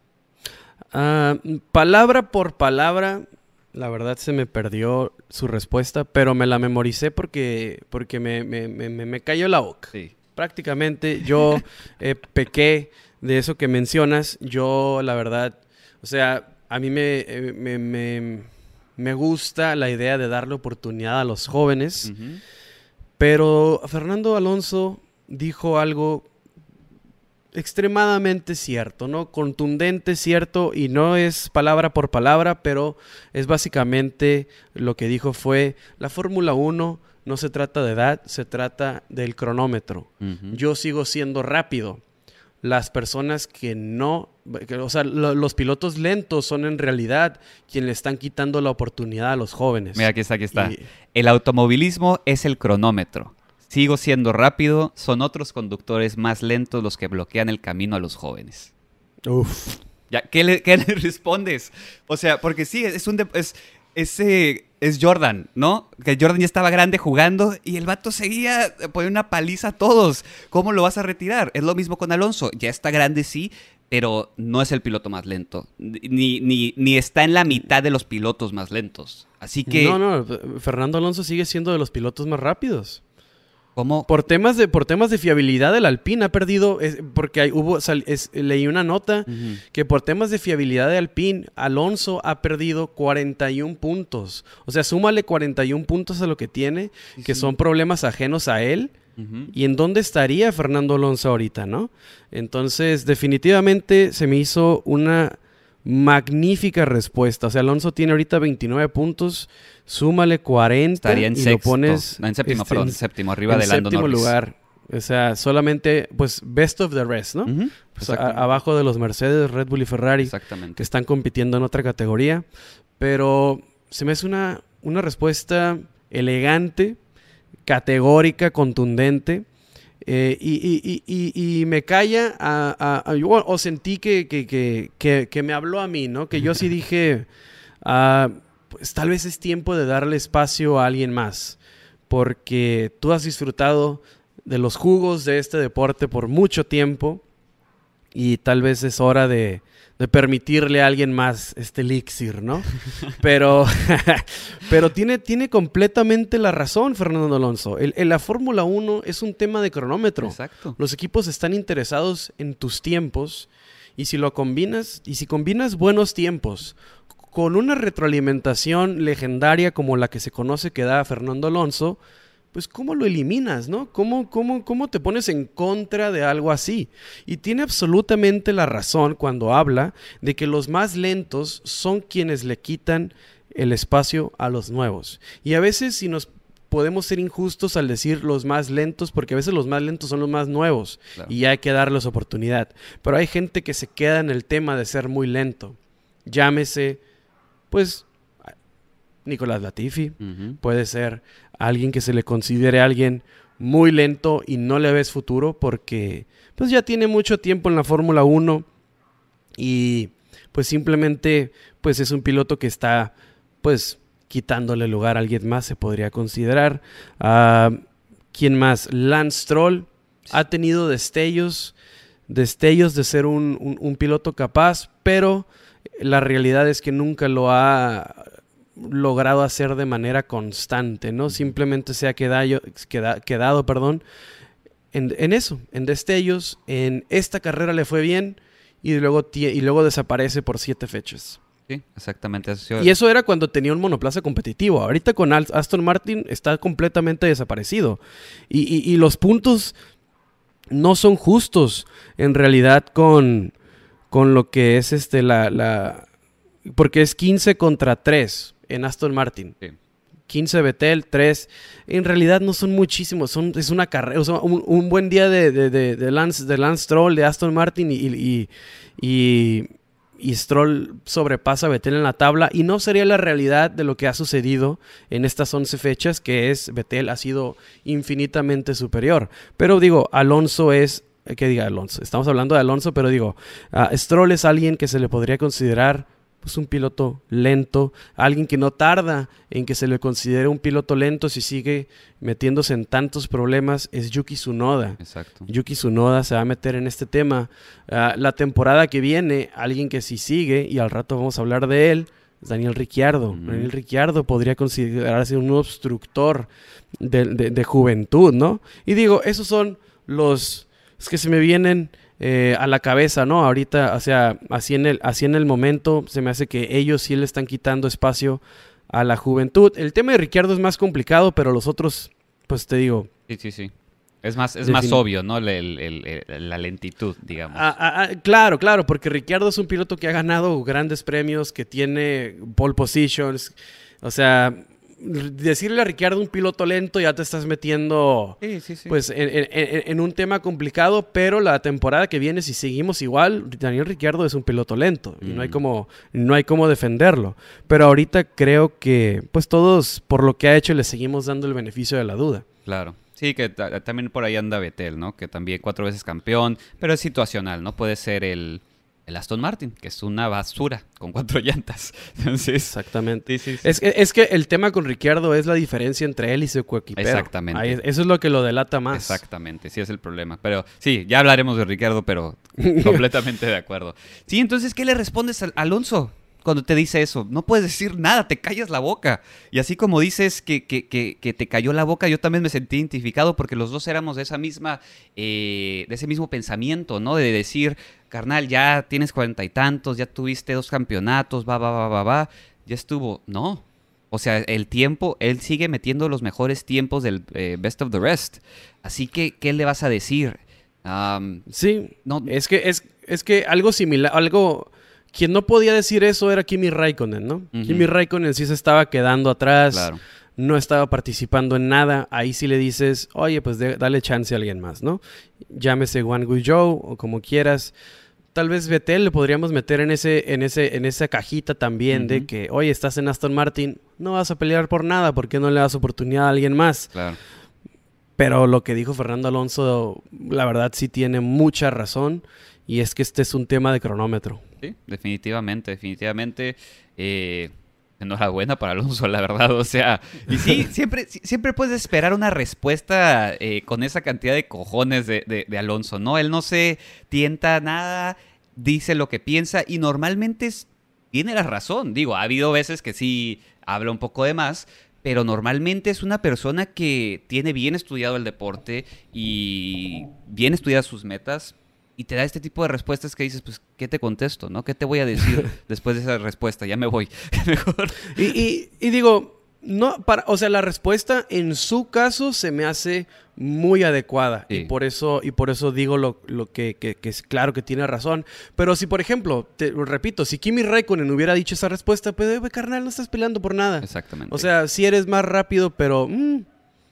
Palabra por palabra, la verdad se me perdió su respuesta, pero me la memoricé porque me cayó la boca. Sí. Prácticamente yo pequé de eso que mencionas. Yo, la verdad, o sea, a mí me gusta la idea de darle oportunidad a los jóvenes, pero Fernando Alonso dijo algo extremadamente cierto, ¿no? Contundente, cierto, y no es palabra por palabra, pero es básicamente lo que dijo fue, la Fórmula 1 no se trata de edad, se trata del cronómetro. Yo sigo siendo rápido. Las personas o sea, los pilotos lentos son en realidad quienes le están quitando la oportunidad a los jóvenes. Mira, aquí está. El automovilismo es el cronómetro. Sigo siendo rápido, son otros conductores más lentos los que bloquean el camino a los jóvenes. Uf. Ya, ¿qué le respondes? O sea, porque sí, es Jordan, ¿no? Que Jordan ya estaba grande jugando y el vato seguía poniendo una paliza a todos. ¿Cómo lo vas a retirar? Es lo mismo con Alonso. Ya está grande, sí, pero no es el piloto más lento. Ni está en la mitad de los pilotos más lentos. Así que... No, Fernando Alonso sigue siendo de los pilotos más rápidos. ¿Cómo? Por temas de fiabilidad del Alpine ha perdido, porque leí una nota que por temas de fiabilidad de Alpine, Alonso ha perdido 41 puntos. O sea, súmale 41 puntos a lo que tiene, que son problemas ajenos a él. ¿Y en dónde estaría Fernando Alonso ahorita, no? Entonces, definitivamente se me hizo una magnífica respuesta. O sea, Alonso tiene ahorita 29 puntos, súmale 40 estaría en y sexto. lo pones... No, en séptimo, perdón, séptimo, arriba de Lando Norris. En séptimo lugar. O sea, solamente, pues, best of the rest, ¿no? Pues, abajo de los Mercedes, Red Bull y Ferrari, que están compitiendo en otra categoría. Pero se me hace una respuesta elegante, categórica, contundente. Y me calla o sentí que me habló a mí, ¿no? Que yo sí dije, pues tal vez es tiempo de darle espacio a alguien más, porque tú has disfrutado de los jugos de este deporte por mucho tiempo y tal vez es hora de permitirle a alguien más este elixir, ¿no? Pero tiene completamente la razón Fernando Alonso. La Fórmula 1 es un tema de cronómetro. Exacto. Los equipos están interesados en tus tiempos y si combinas buenos tiempos con una retroalimentación legendaria como la que se conoce que da Fernando Alonso, pues ¿cómo lo eliminas, no? ¿Cómo te pones en contra de algo así? Y tiene absolutamente la razón cuando habla de que los más lentos son quienes le quitan el espacio a los nuevos. Y a veces si nos podemos ser injustos al decir los más lentos, porque a veces los más lentos son los más nuevos, Claro. y hay que darles oportunidad. Pero hay gente que se queda en el tema de ser muy lento. Llámese, pues, Nicolás Latifi. Ujú. Puede ser alguien que se le considere alguien muy lento y no le ves futuro porque pues ya tiene mucho tiempo en la Fórmula 1 y pues simplemente pues es un piloto que está pues quitándole lugar a alguien más, se podría considerar. ¿Quién más? Lance Stroll ha tenido destellos de ser un piloto capaz, pero la realidad es que nunca lo ha logrado hacer de manera constante, ¿no? Simplemente se ha quedado, perdón, en eso, en destellos. En esta carrera le fue bien y luego desaparece por 7 fechas. Sí, exactamente. Y eso era cuando tenía un monoplaza competitivo. Ahorita con Aston Martin está completamente desaparecido. Y los puntos no son justos en realidad con lo que es porque es 15 contra 3 en Aston Martin. Sí. 15 Vettel, 3. En realidad no son muchísimos. Es una carrera. O sea, un buen día de Lance Stroll, de Aston Martin y Stroll sobrepasa a Vettel en la tabla. Y no sería la realidad de lo que ha sucedido en estas 11 fechas, que es Vettel ha sido infinitamente superior. Pero digo, Alonso es... ¿Qué diga Alonso? Estamos hablando de Alonso, pero digo, Stroll es alguien que se le podría considerar pues un piloto lento, alguien que no tarda en que se le considere un piloto lento si sigue metiéndose en tantos problemas, es Yuki Tsunoda. Exacto. Yuki Tsunoda se va a meter en este tema. La temporada que viene, alguien que sí sigue, y al rato vamos a hablar de él, es Daniel Ricciardo. Daniel Ricciardo podría considerarse un obstructor de juventud, ¿no? Y digo, esos son los que se me vienen a la cabeza, ¿no? Ahorita, o sea, así en el momento se me hace que ellos sí le están quitando espacio a la juventud. El tema de Ricciardo es más complicado, pero los otros, pues te digo... Sí. Es más obvio, ¿no? La lentitud, digamos. Claro, porque Ricciardo es un piloto que ha ganado grandes premios, que tiene pole positions. O sea, decirle a Ricciardo un piloto lento ya te estás metiendo Sí. pues en un tema complicado, pero la temporada que viene, si seguimos igual, Daniel Ricciardo es un piloto lento y no hay como defenderlo. Pero ahorita creo que pues todos, por lo que ha hecho, le seguimos dando el beneficio de la duda. Claro. Sí, que también por ahí anda Vettel, ¿no? Que también 4 veces campeón, pero es situacional, ¿no? Puede ser el Aston Martin, que es una basura con 4 llantas. Entonces, exactamente. Sí. Es que el tema con Ricciardo es la diferencia entre él y su coequipero. Exactamente. Ahí, eso es lo que lo delata más. Exactamente, sí es el problema. Pero sí, ya hablaremos de Ricciardo, pero completamente de acuerdo. Sí, entonces, ¿qué le respondes a Alonso cuando te dice eso? No puedes decir nada, te callas la boca. Y así como dices que te cayó la boca, yo también me sentí identificado porque los dos éramos de esa misma, de ese mismo pensamiento, ¿no? De decir, carnal, ya tienes 40 y tantos, ya tuviste 2 campeonatos, va, ya estuvo. No. O sea, el tiempo, él sigue metiendo los mejores tiempos del Best of the Rest. Así que, ¿qué le vas a decir? Sí, no, es que algo similar, quien no podía decir eso era Kimi Raikkonen, ¿no? Uh-huh. Kimi Raikkonen sí se estaba quedando atrás, claro. No estaba participando en nada. Ahí sí le dices, oye, pues dale chance a alguien más, ¿no? Llámese Guan Yu Zhou o como quieras. Tal vez Vettel le podríamos meter en esa cajita también uh-huh. de que, oye, estás en Aston Martin, no vas a pelear por nada, ¿por qué no le das oportunidad a alguien más? Claro. Pero lo que dijo Fernando Alonso, la verdad sí tiene mucha razón, y es que este es un tema de cronómetro. Sí, definitivamente. Enhorabuena para Alonso, la verdad. O sea, y sí, siempre puedes esperar una respuesta con esa cantidad de cojones de Alonso, ¿no? Él no se tienta nada, dice lo que piensa y normalmente tiene la razón. Digo, ha habido veces que sí habla un poco de más, pero normalmente es una persona que tiene bien estudiado el deporte y bien estudiadas sus metas. Y te da este tipo de respuestas que dices, pues, ¿qué te contesto, no? ¿Qué te voy a decir después de esa respuesta? Ya me voy. Mejor. Y digo, o sea, la respuesta en su caso se me hace muy adecuada. Sí. Y por eso digo lo que es claro que tiene razón. Pero si, por ejemplo, te lo repito, si Kimi Raikkonen hubiera dicho esa respuesta, pues, carnal, no estás peleando por nada. Exactamente. O sea, si eres más rápido, pero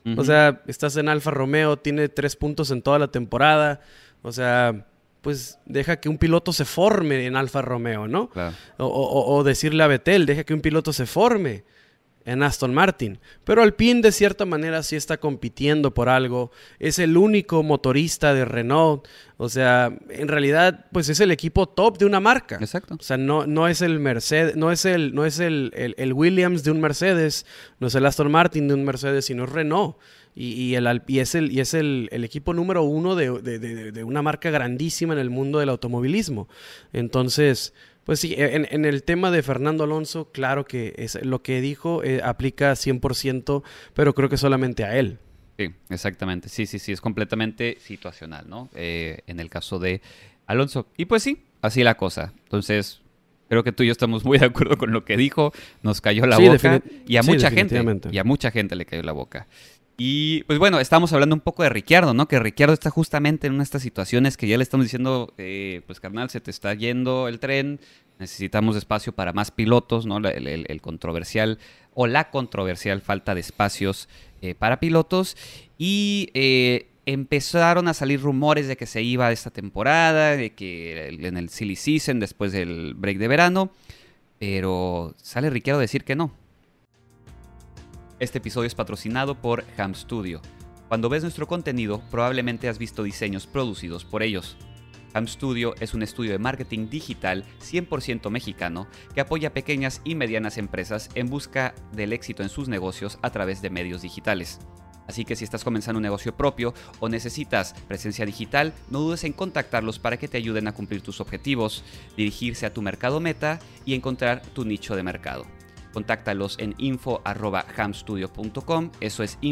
O sea, estás en Alfa Romeo, tiene 3 puntos en toda la temporada. O sea, pues deja que un piloto se forme en Alfa Romeo, ¿no? Claro. O decirle a Vettel, deja que un piloto se forme en Aston Martin. Pero Alpine de cierta manera sí está compitiendo por algo. Es el único motorista de Renault. O sea, en realidad, pues es el equipo top de una marca. Exacto. O sea, no es el Mercedes, no es el Williams de un Mercedes, no es el Aston Martin de un Mercedes, sino es Renault. Y es el equipo número 1 de una marca grandísima en el mundo del automovilismo. Entonces, pues sí, en el tema de Fernando Alonso, claro que lo que dijo aplica 100%, pero creo que solamente a él. Sí, exactamente. Sí, es completamente situacional, ¿no? En el caso de Alonso. Y pues sí, así la cosa. Entonces, creo que tú y yo estamos muy de acuerdo con lo que dijo. Nos cayó la boca. Y a mucha gente le cayó la boca. Y pues bueno, estamos hablando un poco de Ricciardo, ¿no? Que Ricciardo está justamente en una de estas situaciones que ya le estamos diciendo, pues carnal, se te está yendo el tren, necesitamos espacio para más pilotos, ¿no? El controversial o la controversial falta de espacios para pilotos. Y empezaron a salir rumores de que se iba esta temporada, de que en el silly season, después del break de verano, pero sale Ricciardo a decir que no. Este episodio es patrocinado por Ham Studio. Cuando ves nuestro contenido, probablemente has visto diseños producidos por ellos. Ham Studio es un estudio de marketing digital 100% mexicano que apoya a pequeñas y medianas empresas en busca del éxito en sus negocios a través de medios digitales. Así que si estás comenzando un negocio propio o necesitas presencia digital, no dudes en contactarlos para que te ayuden a cumplir tus objetivos, dirigirse a tu mercado meta y encontrar tu nicho de mercado. Contáctalos en info@hamstudio.com, eso es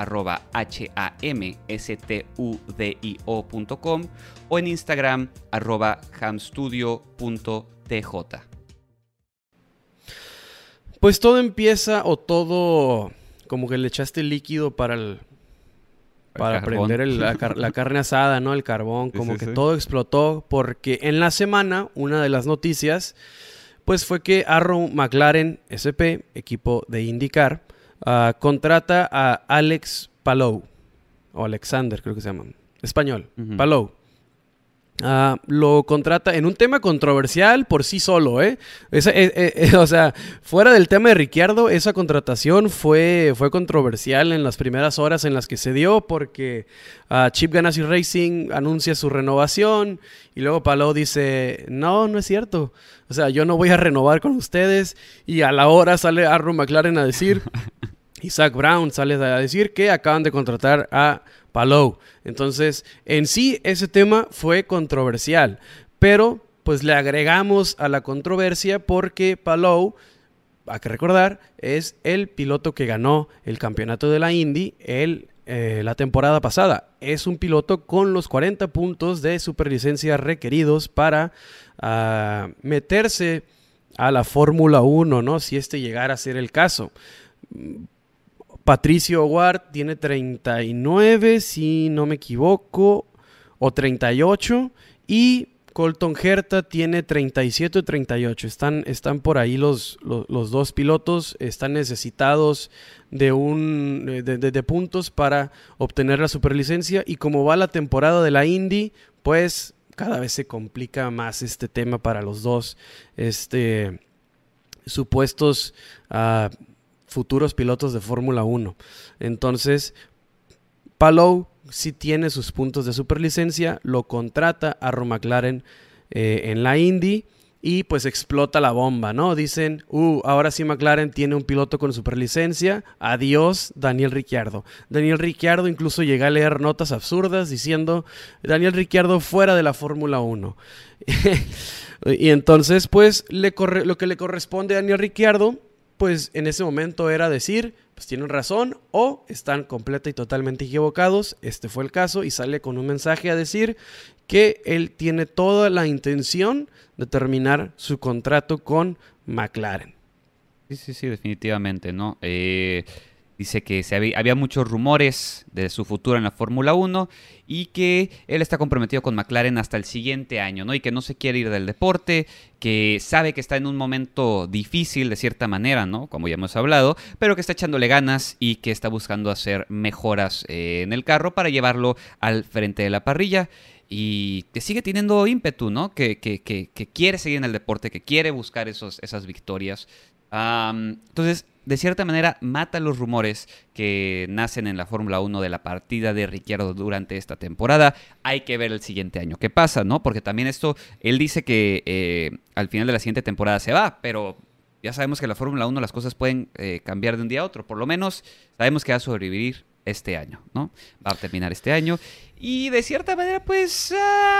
info@hamstudio.com o en Instagram @hamstudio.tj. Pues todo empieza o todo como que le echaste líquido para prender la carne asada, ¿no? El carbón, como que todo explotó porque en la semana una de las noticias pues fue que Arrow McLaren SP, equipo de IndyCar, contrata a Alex Palou, o Alexander creo que se llama, español, Palou. Lo contrata en un tema controversial por sí solo, o sea, fuera del tema de Ricciardo, esa contratación fue controversial en las primeras horas en las que se dio porque Chip Ganassi Racing anuncia su renovación y luego Palou dice, no es cierto, o sea, yo no voy a renovar con ustedes, y a la hora sale Arrow McLaren a decir y Zach Brown sale a decir que acaban de contratar a Palou. Entonces, en sí, ese tema fue controversial, pero pues le agregamos a la controversia porque Palou, hay que recordar, es el piloto que ganó el campeonato de la Indy la temporada pasada. Es un piloto con los 40 puntos de superlicencia requeridos para meterse a la Fórmula 1, ¿no? Si este llegara a ser el caso. Patricio O'Ward tiene 39, si no me equivoco, o 38, y Colton Herta tiene 37 o 38. Están por ahí los dos pilotos, están necesitados de puntos para obtener la superlicencia, y como va la temporada de la Indy, pues cada vez se complica más este tema para los dos supuestos futuros pilotos de Fórmula 1. Entonces, Palou sí tiene sus puntos de superlicencia, lo contrata a Arrow McLaren en la Indy y pues explota la bomba, ¿no? Dicen, ahora sí McLaren tiene un piloto con superlicencia, adiós Daniel Ricciardo. Daniel Ricciardo incluso llega a leer notas absurdas diciendo, Daniel Ricciardo fuera de la Fórmula 1. Y entonces, pues, lo que le corresponde a Daniel Ricciardo, pues en ese momento era decir, pues tienen razón o están completa y totalmente equivocados. Este fue el caso y sale con un mensaje a decir que él tiene toda la intención de terminar su contrato con McLaren. Sí, definitivamente, ¿no? Dice que había muchos rumores de su futuro en la Fórmula 1 y que él está comprometido con McLaren hasta el siguiente año, ¿no? Y que no se quiere ir del deporte, que sabe que está en un momento difícil de cierta manera, ¿no? Como ya hemos hablado, pero que está echándole ganas y que está buscando hacer mejoras en el carro para llevarlo al frente de la parrilla. Y que sigue teniendo ímpetu, ¿no? Que quiere seguir en el deporte, que quiere buscar esas victorias. Entonces, de cierta manera, mata los rumores que nacen en la Fórmula 1 de la partida de Ricciardo durante esta temporada. Hay que ver el siguiente año qué pasa, ¿no? Porque también él dice que al final de la siguiente temporada se va, pero ya sabemos que en la Fórmula 1 las cosas pueden cambiar de un día a otro. Por lo menos sabemos que va a sobrevivir este año, ¿no? Va a terminar este año. Y de cierta manera, pues...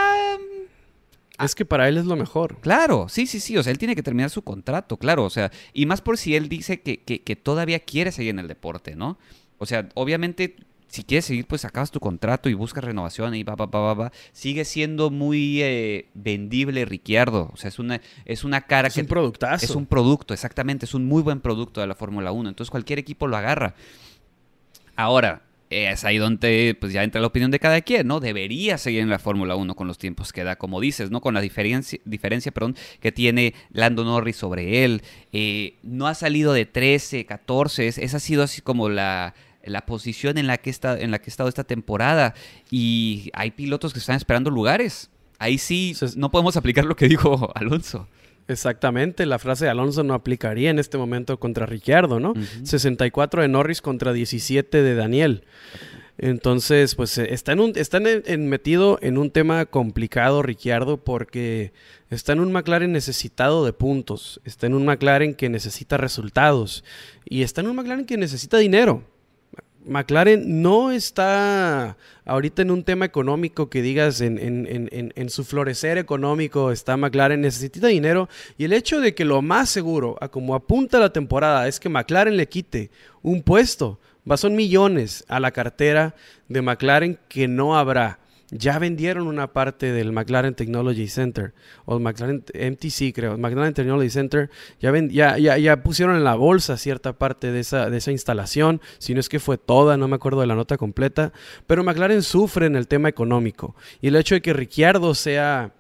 es que para él es lo mejor. Claro, sí. O sea, él tiene que terminar su contrato, claro. O sea, y más por si él dice que todavía quiere seguir en el deporte, ¿no? O sea, obviamente, si quieres seguir, pues acabas tu contrato y buscas renovación y va. Sigue siendo muy vendible Ricciardo. O sea, es una cara es un productazo. Es un producto, exactamente. Es un muy buen producto de la Fórmula 1. Entonces, cualquier equipo lo agarra. Ahora... es ahí donde pues ya entra la opinión de cada quien, ¿no? Debería seguir en la Fórmula 1 con los tiempos que da, como dices, ¿no? Con la diferencia que tiene Lando Norris sobre él. No ha salido de 13, 14. Esa ha sido así como la posición en la que ha estado esta temporada. Y hay pilotos que están esperando lugares. Ahí sí no podemos aplicar lo que dijo Alonso. Exactamente, la frase de Alonso no aplicaría en este momento contra Ricciardo, ¿no? 64 de Norris contra 17 de Daniel. Entonces, pues está metido en un tema complicado Ricciardo porque está en un McLaren necesitado de puntos, está en un McLaren que necesita resultados y está en un McLaren que necesita dinero. McLaren no está ahorita en un tema económico que digas en su florecer económico está McLaren, necesita dinero y el hecho de que lo más seguro, a como apunta la temporada, es que McLaren le quite un puesto, son millones a la cartera de McLaren que no habrá. Ya vendieron una parte del McLaren Technology Center, o McLaren MTC creo, McLaren Technology Center, ya pusieron en la bolsa cierta parte de esa instalación, si no es que fue toda, no me acuerdo de la nota completa, pero McLaren sufre en el tema económico, y el hecho de que Ricciardo sea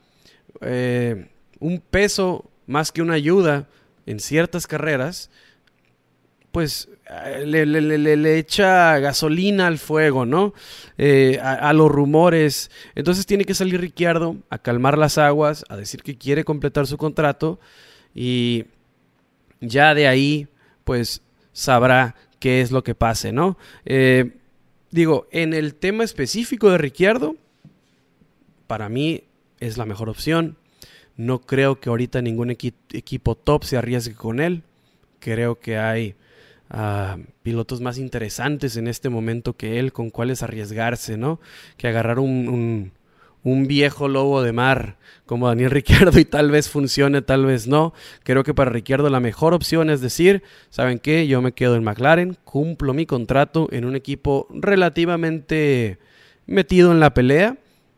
un peso más que una ayuda en ciertas carreras, pues le echa gasolina al fuego, ¿no? A los rumores. Entonces tiene que salir Ricciardo a calmar las aguas, a decir que quiere completar su contrato y ya de ahí, pues, sabrá qué es lo que pase, ¿no? Digo, en el tema específico de Ricciardo, para mí es la mejor opción. No creo que ahorita ningún equipo top se arriesgue con él. Creo que hay pilotos más interesantes en este momento que él, con cuáles arriesgarse, ¿no? Que agarrar un viejo lobo de mar como Daniel Ricciardo y tal vez funcione, tal vez no. Creo que para Ricciardo la mejor opción es decir, ¿saben qué? Yo me quedo en McLaren, cumplo mi contrato en un equipo relativamente metido en la pelea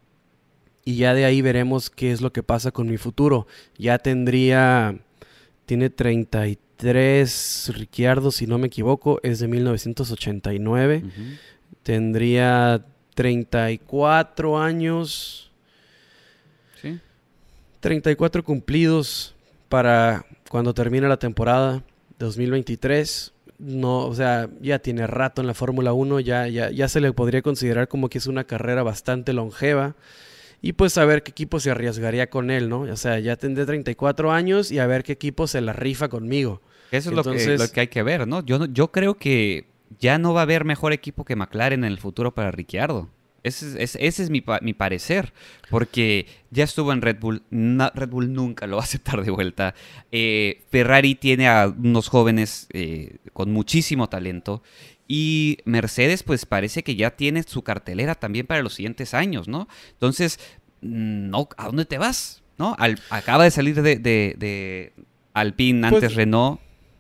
y ya de ahí veremos qué es lo que pasa con mi futuro. Ya tiene 33 Ricciardo, si no me equivoco, es de 1989. Tendría 34 años. Sí. 34 cumplidos para cuando termine la temporada 2023. No, o sea, ya tiene rato en la Fórmula 1, ya se le podría considerar como que es una carrera bastante longeva. Y pues a ver qué equipo se arriesgaría con él, ¿no? O sea, ya tendré 34 años y a ver qué equipo se la rifa conmigo. Eso es lo que hay que ver, ¿no? Yo creo que ya no va a haber mejor equipo que McLaren en el futuro para Ricciardo. Ese es mi parecer, porque ya estuvo en Red Bull, Red Bull nunca lo va a aceptar de vuelta. Ferrari tiene a unos jóvenes con muchísimo talento y Mercedes pues parece que ya tiene su cartelera también para los siguientes años, ¿no? Entonces, no, ¿a dónde te vas? ¿No? Acaba de salir de Alpine, antes pues, Renault.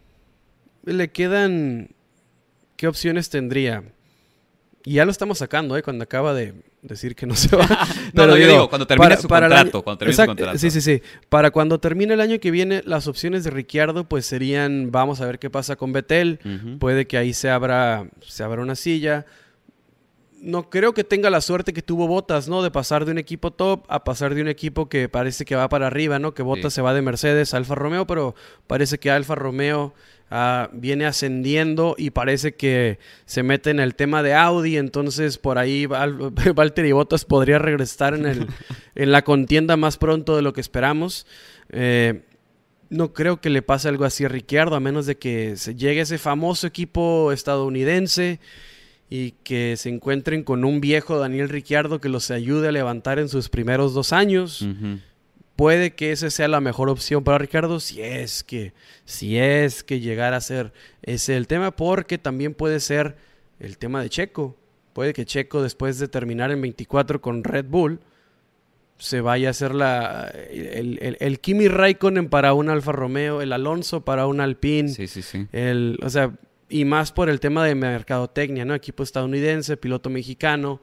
Le quedan... ¿Qué opciones tendría? Y ya lo estamos sacando, cuando acaba de decir que no se va. No, yo digo, cuando termine su contrato. Sí. Para cuando termine el año que viene, las opciones de Ricciardo pues serían, vamos a ver qué pasa con Vettel. Puede que ahí se abra una silla. No creo que tenga la suerte que tuvo Bottas, ¿no? De pasar de un equipo top a pasar de un equipo que parece que va para arriba, ¿no? Que Bottas se va de Mercedes a Alfa Romeo, pero parece que Alfa Romeo viene ascendiendo y parece que se mete en el tema de Audi. Entonces por ahí Valtteri Bottas podría regresar en la contienda más pronto de lo que esperamos. No creo que le pase algo así a Ricciardo, a menos de que se llegue ese famoso equipo estadounidense y que se encuentren con un viejo Daniel Ricciardo que los ayude a levantar en sus primeros 2 años. Puede que esa sea la mejor opción para Ricciardo si es que llegara a ser ese el tema, porque también puede ser el tema de Checo. Puede que Checo, después de terminar en 24 con Red Bull, se vaya a hacer el Kimi Raikkonen para un Alfa Romeo, el Alonso para un Alpine. Sí. Y más por el tema de mercadotecnia, ¿no? Equipo estadounidense, piloto mexicano,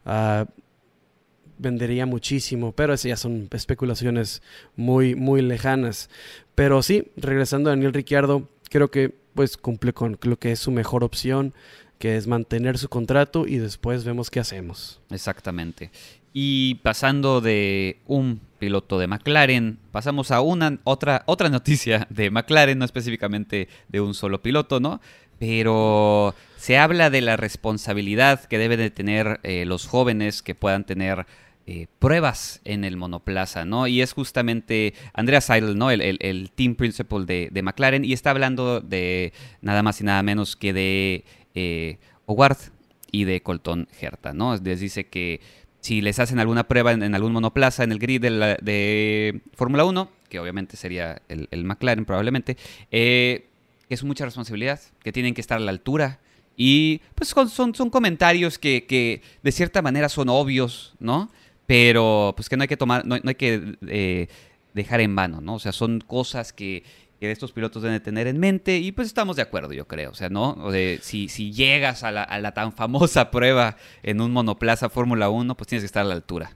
vendería muchísimo, pero esas ya son especulaciones muy, muy lejanas. Pero sí, regresando a Daniel Ricciardo, creo que pues cumple con lo que es su mejor opción, que es mantener su contrato y después vemos qué hacemos. Exactamente. Y pasando de un piloto de McLaren, pasamos a otra noticia de McLaren, no específicamente de un solo piloto, ¿no? Pero se habla de la responsabilidad que deben de tener los jóvenes que puedan tener pruebas en el monoplaza, ¿no? Y es justamente Andreas Seidl, ¿no? El team principal de McLaren, y está hablando de nada más y nada menos que de Howard y de Colton Herta, ¿no? Les dice que si les hacen alguna prueba en algún monoplaza en el grid de Fórmula 1, que obviamente sería el McLaren probablemente, es mucha responsabilidad, que tienen que estar a la altura. Y pues son comentarios que de cierta manera son obvios, ¿no? Pero pues que no hay que tomar, no hay que dejar en vano, ¿no? O sea, son cosas que estos pilotos deben de tener en mente, y pues estamos de acuerdo, yo creo. O sea, ¿no? O de, si llegas a la tan famosa prueba en un monoplaza Fórmula 1, pues tienes que estar a la altura.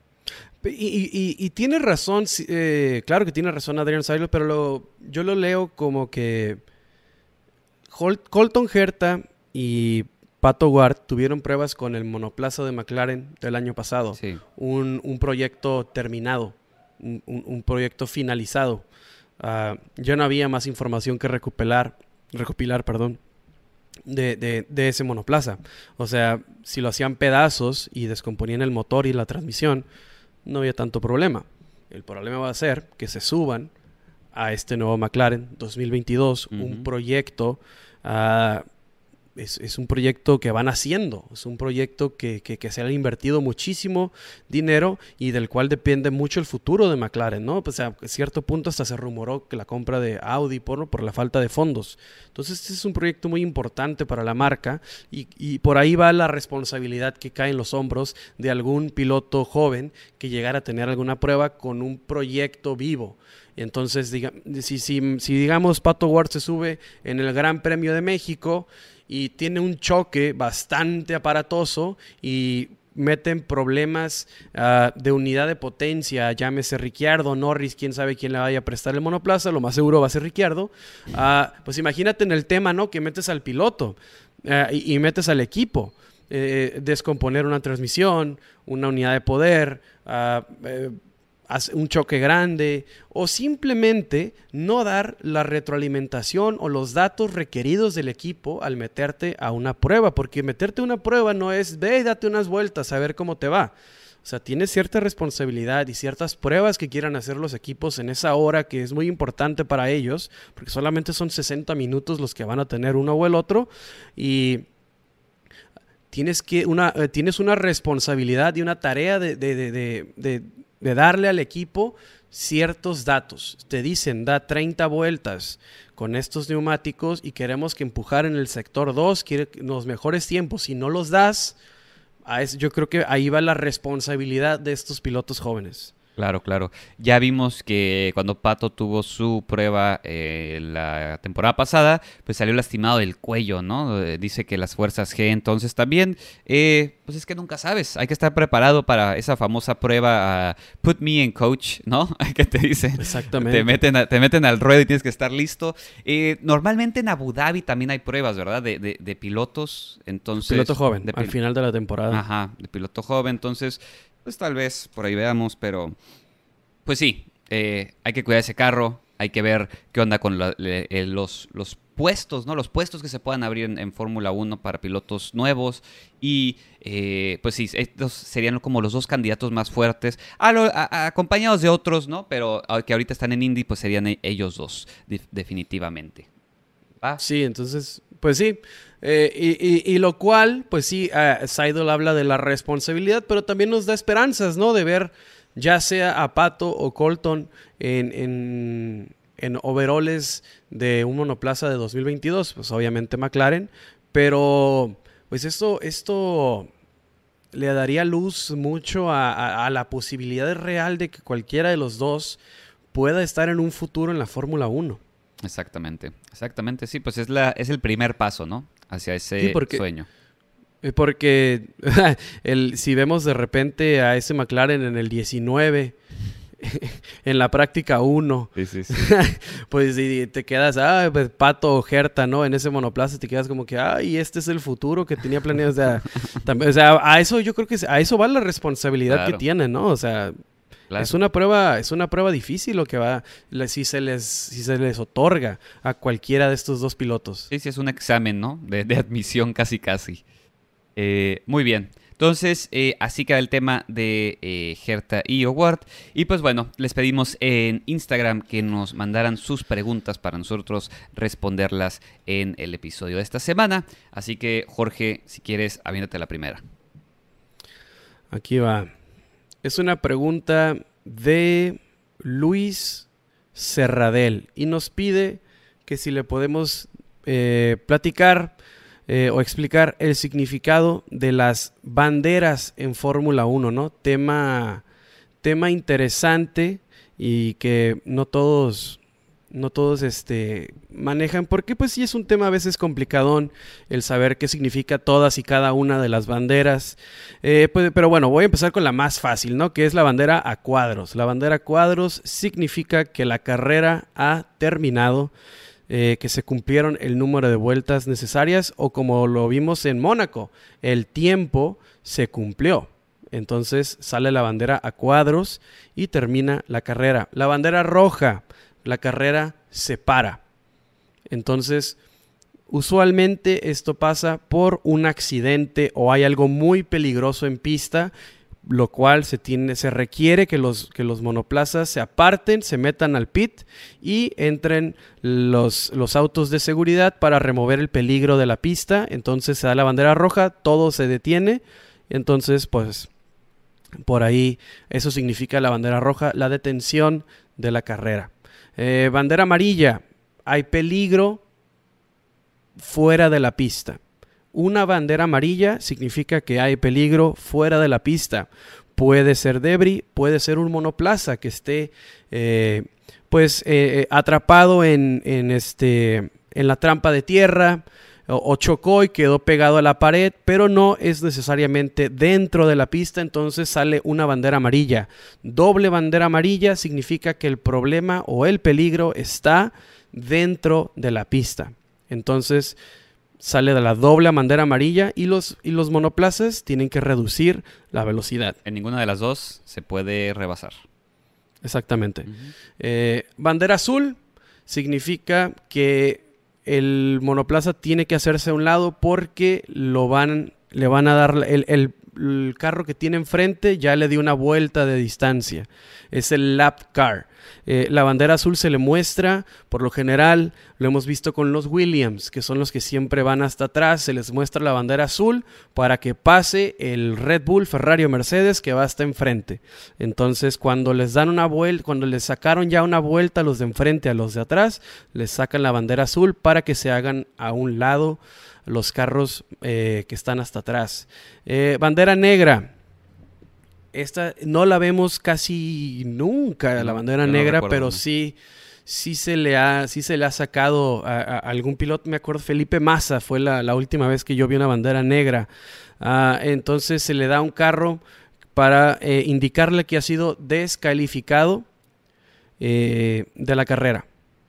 Y tiene razón, claro que tiene razón Adrian Seidl, pero yo lo leo como que Colton Herta y Pato Ward tuvieron pruebas con el monoplaza de McLaren del año pasado. Sí. Un proyecto terminado, un proyecto finalizado. Ya no había más información que recopilar, de ese monoplaza. O sea, si lo hacían pedazos y descomponían el motor y la transmisión, no había tanto problema. El problema va a ser que se suban a este nuevo McLaren 2022, un proyecto. Es un proyecto que van haciendo, es un proyecto que se ha invertido muchísimo dinero y del cual depende mucho el futuro de McLaren, ¿no? Pues a cierto punto hasta se rumoró que la compra de Audi por la falta de fondos. Entonces este es un proyecto muy importante para la marca y por ahí va la responsabilidad que cae en los hombros de algún piloto joven que llegara a tener alguna prueba con un proyecto vivo. Entonces, si digamos Pato Ward se sube en el Gran Premio de México y tiene un choque bastante aparatoso y meten problemas de unidad de potencia, llámese Ricciardo, Norris, quién sabe quién le vaya a prestar el monoplaza, lo más seguro va a ser Ricciardo. Pues imagínate en el tema, ¿no? Que metes al piloto y metes al equipo. Descomponer una transmisión, una unidad de poder, un choque grande, o simplemente no dar la retroalimentación o los datos requeridos del equipo al meterte a una prueba, porque meterte a una prueba no es ve y date unas vueltas a ver cómo te va. O sea, tienes cierta responsabilidad y ciertas pruebas que quieran hacer los equipos en esa hora que es muy importante para ellos, porque solamente son 60 minutos los que van a tener uno o el otro, y tienes una responsabilidad y una tarea de darle al equipo ciertos datos. Te dicen, da 30 vueltas con estos neumáticos y queremos que empujar en el sector 2, quiere los mejores tiempos. Si no los das, yo creo que ahí va la responsabilidad de estos pilotos jóvenes. Claro, claro. Ya vimos que cuando Pato tuvo su prueba la temporada pasada, pues salió lastimado del cuello, ¿no? Dice que las fuerzas G, entonces también, pues es que nunca sabes. Hay que estar preparado para esa famosa prueba, put me in coach, ¿no? Que te dicen. Exactamente. Te meten al ruedo y tienes que estar listo. Normalmente en Abu Dhabi también hay pruebas, ¿verdad? De pilotos, entonces... Piloto joven, al final de la temporada. Ajá, de piloto joven, entonces... Pues tal vez por ahí veamos, pero pues sí, hay que cuidar ese carro, hay que ver qué onda con los puestos, ¿no? Los puestos que se puedan abrir en Fórmula 1 para pilotos nuevos y pues sí, estos serían como los dos candidatos más fuertes, acompañados de otros, ¿no? Pero que ahorita están en Indy, pues serían ellos dos, definitivamente. ¿Va? Sí, entonces, pues sí. Y lo cual, pues sí, Seidel habla de la responsabilidad, pero también nos da esperanzas, ¿no? De ver ya sea a Pato o Colton en overoles de un monoplaza de 2022, pues obviamente McLaren, pero pues esto le daría luz mucho a la posibilidad real de que cualquiera de los dos pueda estar en un futuro en la Fórmula 1. Exactamente, exactamente, sí, pues es el primer paso, ¿no? Hacia ese sueño. Porque si vemos de repente a ese McLaren en el 19, en la práctica 1, sí. Pues si te quedas, pues, Pato o Herta, ¿no? En ese monoplaza te quedas como que, este es el futuro que tenía planeado. O sea, a eso yo creo que a eso va la responsabilidad que tienen, ¿no? O sea... Claro. Es una prueba difícil lo que va si se les otorga a cualquiera de estos dos pilotos. Sí, es un examen, ¿no? De admisión casi. Muy bien. Entonces, así queda el tema de Herta y O'Ward. Y pues bueno, les pedimos en Instagram que nos mandaran sus preguntas para nosotros responderlas en el episodio de esta semana. Así que, Jorge, si quieres, aviéntate la primera. Aquí va. Es una pregunta de Luis Serradel y nos pide que si le podemos platicar o explicar el significado de las banderas en Fórmula 1, ¿no? Tema interesante y que no todos manejan, porque pues sí es un tema a veces complicadón el saber qué significa todas y cada una de las banderas, pero bueno, voy a empezar con la más fácil, ¿no? Que es la bandera a cuadros. La bandera a cuadros significa que la carrera ha terminado, que se cumplieron el número de vueltas necesarias, o como lo vimos en Mónaco, el tiempo se cumplió. Entonces sale la bandera a cuadros y termina la carrera. La bandera roja, la carrera se para. Entonces, usualmente esto pasa por un accidente o hay algo muy peligroso en pista, lo cual se requiere que los monoplazas se aparten, se metan al pit y entren los autos de seguridad para remover el peligro de la pista. Entonces se da la bandera roja, todo se detiene. Entonces, pues, por ahí eso significa la bandera roja, la detención de la carrera. Bandera amarilla, hay peligro fuera de la pista. Una bandera amarilla significa que hay peligro fuera de la pista. Puede ser debris, puede ser un monoplaza que esté atrapado en la trampa de tierra, o chocó y quedó pegado a la pared, pero no es necesariamente dentro de la pista, entonces sale una bandera amarilla. Doble bandera amarilla significa que el problema o el peligro está dentro de la pista. Entonces sale de la doble bandera amarilla y los monoplazas tienen que reducir la velocidad. En ninguna de las dos se puede rebasar. Exactamente. Bandera azul significa que el monoplaza tiene que hacerse a un lado porque le van a dar el carro que tiene enfrente, ya le dio una vuelta de distancia. Es el lap car. La bandera azul se le muestra, por lo general, lo hemos visto con los Williams, que son los que siempre van hasta atrás. Se les muestra la bandera azul para que pase el Red Bull, Ferrari o Mercedes que va hasta enfrente. Entonces, cuando les dan una vuelta, cuando les sacaron ya una vuelta a los de enfrente, a los de atrás, les sacan la bandera azul para que se hagan a un lado los carros que están hasta atrás. Bandera negra. esta no la vemos casi nunca, la bandera negra, pero sí se le ha sacado a algún piloto. Me acuerdo, Felipe Massa fue la última vez que yo vi una bandera negra. Entonces se le da un carro para indicarle que ha sido descalificado de la carrera.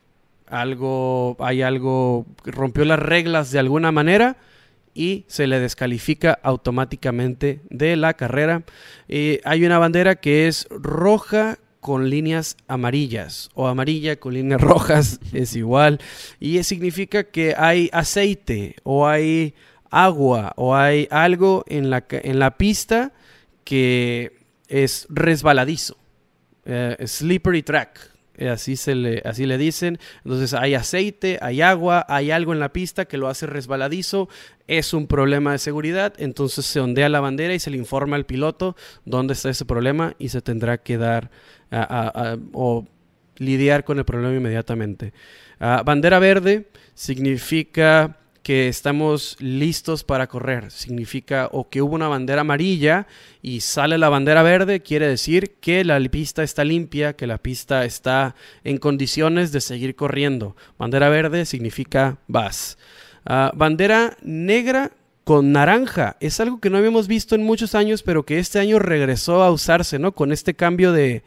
Rompió las reglas de alguna manera y se le descalifica automáticamente de la carrera. Hay una bandera que es roja con líneas amarillas o amarilla con líneas rojas, es igual, y significa que hay aceite o hay agua o hay algo en la pista que es resbaladizo, slippery track. Así le dicen. Entonces hay aceite, hay agua, hay algo en la pista que lo hace resbaladizo. Es un problema de seguridad. Entonces se ondea la bandera y se le informa al piloto dónde está ese problema y se tendrá que dar o lidiar con el problema inmediatamente. Bandera verde significa que estamos listos para correr. Significa o que hubo una bandera amarilla y sale la bandera verde, quiere decir que la pista está limpia, que la pista está en condiciones de seguir corriendo. Bandera verde significa vas. Bandera negra con naranja. Es algo que no habíamos visto en muchos años, pero que este año regresó a usarse, ¿no? Con este cambio de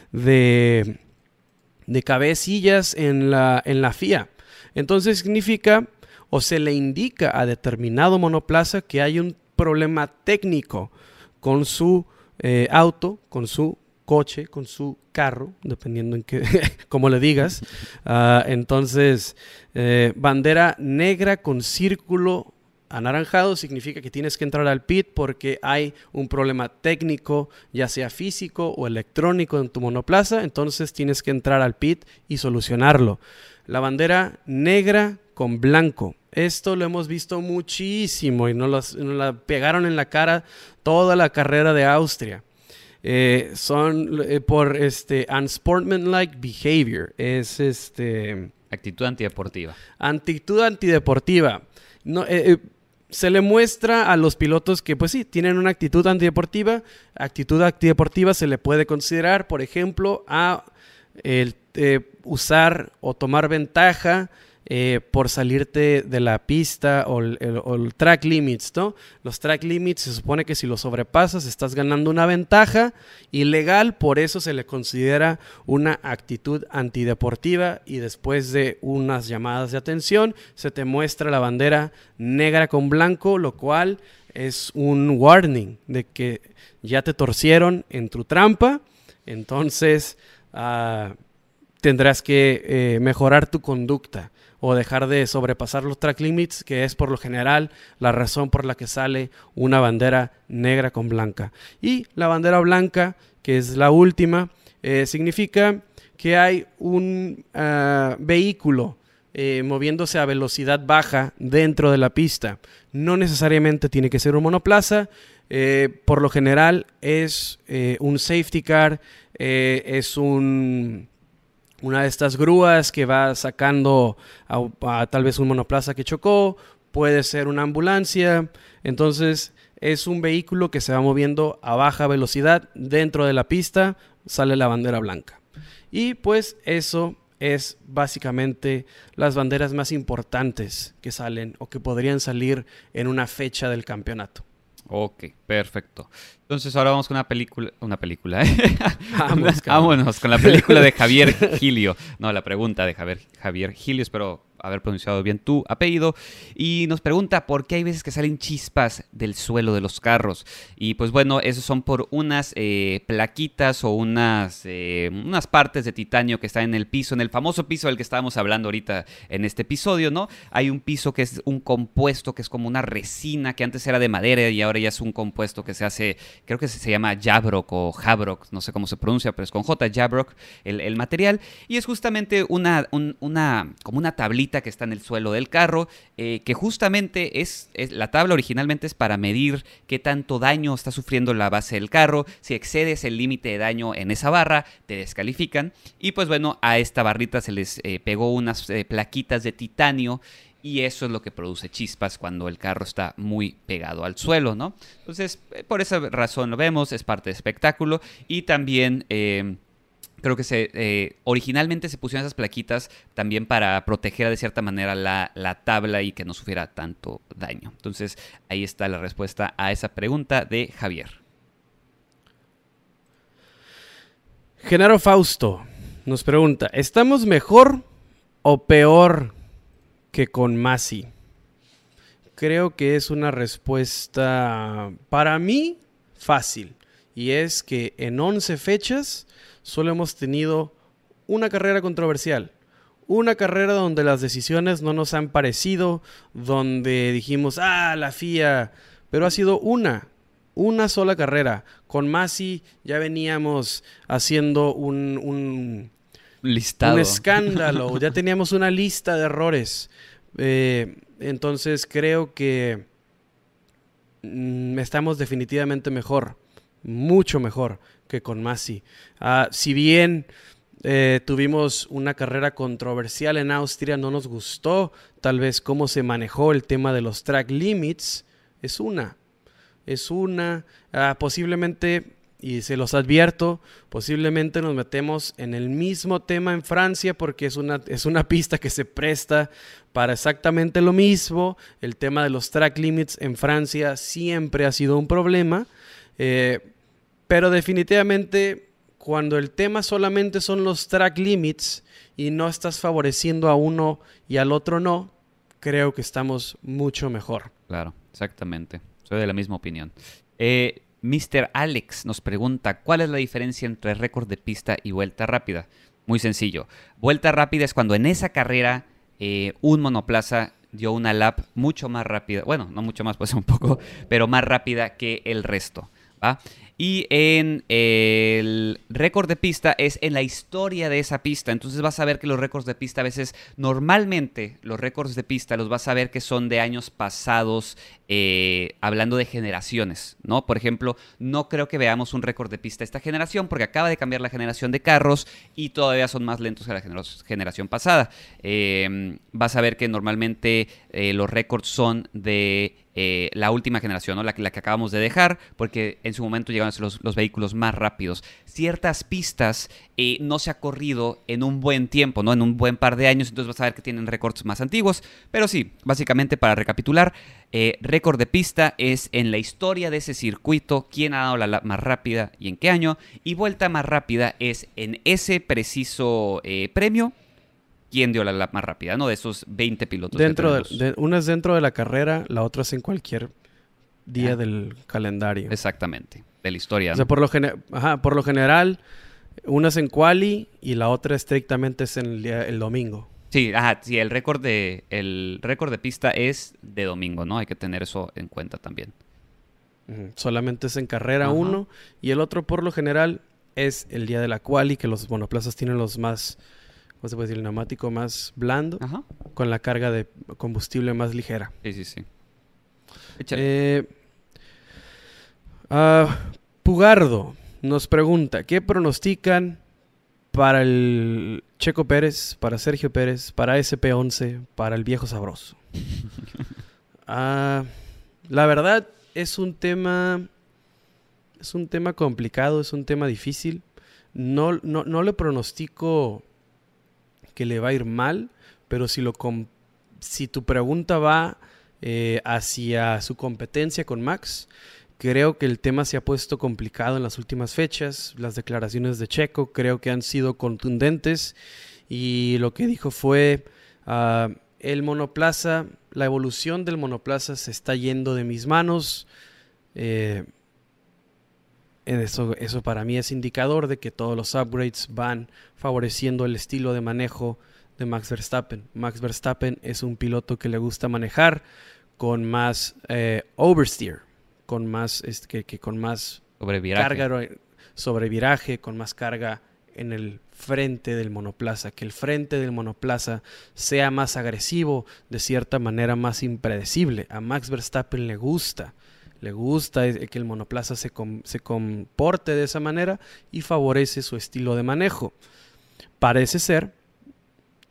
cabecillas en la FIA. Entonces significa o se le indica a determinado monoplaza que hay un problema técnico con su auto, con su coche, con su carro, dependiendo en qué, como le digas. Entonces, bandera negra con círculo anaranjado significa que tienes que entrar al pit porque hay un problema técnico, ya sea físico o electrónico en tu monoplaza. Entonces tienes que entrar al pit y solucionarlo. La bandera negra con blanco. Esto lo hemos visto muchísimo y nos la pegaron en la cara toda la carrera de Austria. Son por unsportsmanlike behavior. Es actitud antideportiva. Actitud antideportiva. No, se le muestra a los pilotos que pues sí, tienen una actitud antideportiva. Actitud antideportiva se le puede considerar, por ejemplo, a usar o tomar ventaja por salirte de la pista o el track limits, ¿no? Los track limits se supone que si los sobrepasas estás ganando una ventaja ilegal, por eso se le considera una actitud antideportiva y después de unas llamadas de atención se te muestra la bandera negra con blanco, lo cual es un warning de que ya te torcieron en tu trampa, entonces tendrás que mejorar tu conducta o dejar de sobrepasar los track limits, que es por lo general la razón por la que sale una bandera negra con blanca. Y la bandera blanca, que es la última, significa que hay un vehículo moviéndose a velocidad baja dentro de la pista. No necesariamente tiene que ser un monoplaza, por lo general es un safety car, es una de estas grúas que va sacando a tal vez un monoplaza que chocó, puede ser una ambulancia. Entonces es un vehículo que se va moviendo a baja velocidad dentro de la pista, sale la bandera blanca. Y pues eso es básicamente las banderas más importantes que salen o que podrían salir en una fecha del campeonato. Ok, perfecto. Entonces ahora vamos con una película, ¿eh? Vámonos con la película de Javier Gilio. No, la pregunta de Javier Gilio, espero haber pronunciado bien tu apellido. Y nos pregunta por qué hay veces que salen chispas del suelo de los carros. Y pues bueno, esos son por unas plaquitas o unas partes de titanio que están en el piso, en el famoso piso del que estábamos hablando ahorita en este episodio, ¿no? Hay un piso que es un compuesto que es como una resina que antes era de madera y ahora ya es un compuesto que se hace, creo que se llama Jabrock o Jabrock, no sé cómo se pronuncia, pero es con J, Jabrock, el material. Y es justamente como una tablita que está en el suelo del carro, que justamente es la tabla originalmente es para medir qué tanto daño está sufriendo la base del carro. Si excedes el límite de daño en esa barra, te descalifican. Y pues bueno, a esta barrita se les pegó unas plaquitas de titanio y eso es lo que produce chispas cuando el carro está muy pegado al suelo, ¿no? Entonces, por esa razón lo vemos, es parte del espectáculo y también... creo que originalmente se pusieron esas plaquitas también para proteger de cierta manera la tabla y que no sufriera tanto daño. Entonces, ahí está la respuesta a esa pregunta de Javier. Genaro Fausto nos pregunta, ¿estamos mejor o peor que con Masi? Creo que es una respuesta para mí fácil. Y es que en 11 fechas solo hemos tenido una carrera controversial. Una carrera donde las decisiones no nos han parecido, donde dijimos, la FIA, pero ha sido una sola carrera. Con Masi ya veníamos haciendo un listado. Un escándalo, ya teníamos una lista de errores. Entonces creo que estamos definitivamente mejor, mucho mejor que con Masi. Si bien tuvimos una carrera controversial en Austria, no nos gustó tal vez cómo se manejó el tema de los track limits, posiblemente, y se los advierto, posiblemente nos metemos en el mismo tema en Francia porque es una pista que se presta para exactamente lo mismo. El tema de los track limits en Francia siempre ha sido un problema, pero definitivamente cuando el tema solamente son los track limits y no estás favoreciendo a uno y al otro no, creo que estamos mucho mejor. Claro, exactamente. Soy de la misma opinión. Mr. Alex nos pregunta, ¿cuál es la diferencia entre récord de pista y vuelta rápida? Muy sencillo. Vuelta rápida es cuando en esa carrera un monoplaza dio una lap mucho más rápida. Bueno, no mucho más, pues un poco, pero más rápida que el resto, ¿va? Y en el récord de pista es en la historia de esa pista. Entonces vas a ver que los récords de pista a veces, normalmente los récords de pista los vas a ver que son de años pasados, hablando de generaciones, ¿no? Por ejemplo, no creo que veamos un récord de pista esta generación porque acaba de cambiar la generación de carros y todavía son más lentos que la generación pasada. Vas a ver que normalmente los récords son de la última generación, ¿no? La que acabamos de dejar, porque en su momento llegaron a ser los vehículos más rápidos. Ciertas pistas no se ha corrido en un buen tiempo, ¿no? En un buen par de años, entonces vas a ver que tienen récords más antiguos. Pero sí, básicamente para recapitular, récord de pista es en la historia de ese circuito, quién ha dado la lap más rápida y en qué año, y vuelta más rápida es en ese preciso premio, quién dio la lap más rápida, ¿no? De esos 20 pilotos. Una es dentro de la carrera, la otra es en cualquier día del calendario. Exactamente, de la historia. O sea, por lo general, una es en quali y la otra estrictamente es en el domingo. Sí, el récord de pista es de domingo, ¿no? Hay que tener eso en cuenta también. Solamente es en carrera uno y el otro por lo general es el día de la quali, que los monoplazas tienen los más, ¿cómo se puede decir? El neumático más blando, con la carga de combustible más ligera. Sí. Pugardo nos pregunta, ¿qué pronostican para el Checo Pérez, para Sergio Pérez, para SP11, para el viejo sabroso? La verdad es un tema complicado, es un tema difícil. No le pronostico que le va a ir mal, pero si tu pregunta va hacia su competencia con Max, creo que el tema se ha puesto complicado en las últimas fechas. Las declaraciones de Checo creo que han sido contundentes y lo que dijo fue el monoplaza, la evolución del monoplaza se está yendo de mis manos. Eso para mí es indicador de que todos los upgrades van favoreciendo el estilo de manejo de Max Verstappen. Max Verstappen es un piloto que le gusta manejar con más oversteer, con más carga sobre viraje, con más carga en el frente del monoplaza, que el frente del monoplaza sea más agresivo, de cierta manera más impredecible. A Max Verstappen le gusta que el monoplaza se comporte de esa manera y favorece su estilo de manejo. Parece ser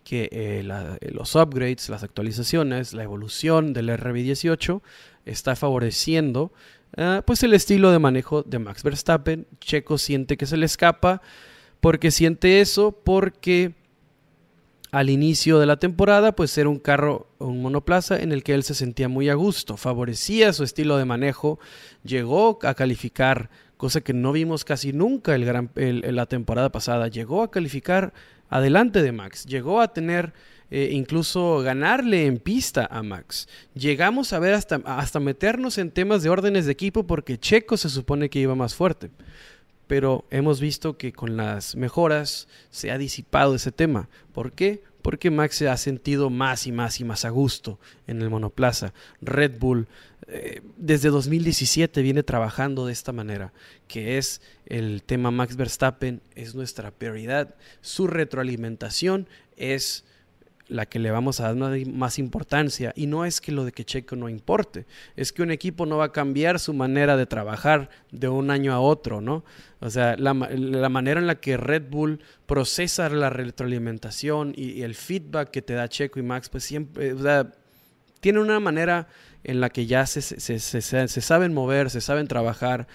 que los upgrades, las actualizaciones, la evolución del RB18 está favoreciendo pues el estilo de manejo de Max Verstappen. Checo siente que se le escapa. ¿Por qué siente eso? Porque al inicio de la temporada pues era un carro, un monoplaza en el que él se sentía muy a gusto, favorecía su estilo de manejo, llegó a calificar, cosa que no vimos casi nunca la temporada pasada, llegó a calificar adelante de Max, llegó a tener incluso ganarle en pista a Max. Llegamos a ver hasta meternos en temas de órdenes de equipo porque Checo se supone que iba más fuerte. Pero hemos visto que con las mejoras se ha disipado ese tema. ¿Por qué? Porque Max se ha sentido más y más y más a gusto en el monoplaza. Red Bull desde 2017 viene trabajando de esta manera, que es el tema Max Verstappen, es nuestra prioridad. Su retroalimentación es la que le vamos a dar más importancia, y no es que lo de que Checo no importe, es que un equipo no va a cambiar su manera de trabajar de un año a otro, ¿no? O sea, la manera en la que Red Bull procesa la retroalimentación y el feedback que te da Checo y Max, pues siempre, o sea, tiene una manera en la que ya se saben mover, se saben trabajar,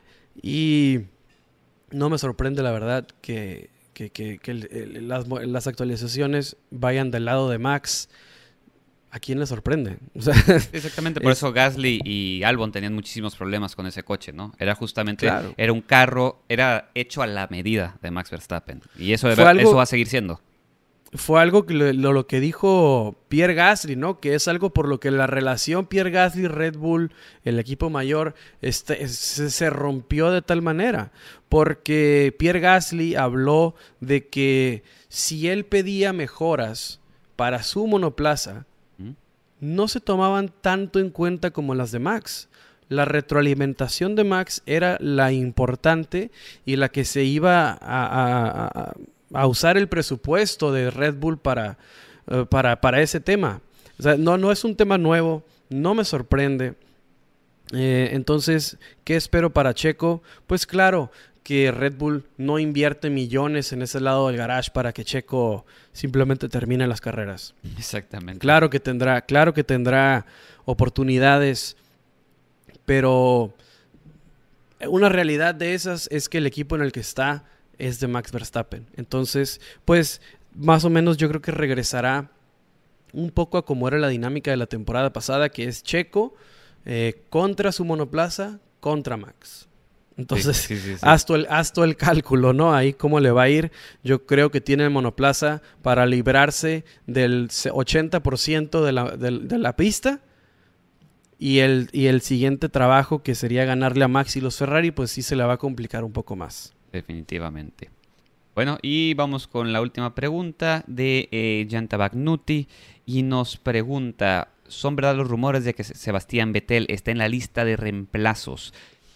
y no me sorprende la verdad que las actualizaciones vayan del lado de Max. ¿A quién le sorprende? O sea, exactamente, por eso Gasly y Albon tenían muchísimos problemas con ese coche, ¿no? Era justamente, claro, era un carro, era hecho a la medida de Max Verstappen. Y eso eso va a seguir siendo. Fue algo que lo que dijo Pierre Gasly, ¿no? Que es algo por lo que la relación Pierre Gasly-Red Bull, el equipo mayor, se rompió de tal manera. Porque Pierre Gasly habló de que si él pedía mejoras para su monoplaza, no se tomaban tanto en cuenta como las de Max. La retroalimentación de Max era la importante y la que se iba a usar el presupuesto de Red Bull para ese tema. O sea, no es un tema nuevo, no me sorprende. Entonces, ¿qué espero para Checo? Pues claro, que Red Bull no invierte millones en ese lado del garage para que Checo simplemente termine las carreras. Exactamente. Claro que tendrá oportunidades, pero una realidad de esas es que el equipo en el que está es de Max Verstappen. Entonces, pues, más o menos yo creo que regresará un poco a como era la dinámica de la temporada pasada, que es Checo contra su monoplaza, contra Max. Entonces, sí. Haz tú el cálculo, ¿no? Ahí cómo le va a ir. Yo creo que tiene el monoplaza para librarse del 80% de la pista. Y el siguiente trabajo, que sería ganarle a Max y los Ferrari, pues sí se le va a complicar un poco más. Definitivamente. Bueno, y vamos con la última pregunta de Jan Tabagnuti. Y nos pregunta, ¿son verdad los rumores de que Sebastián Vettel está en la lista de reemplazos?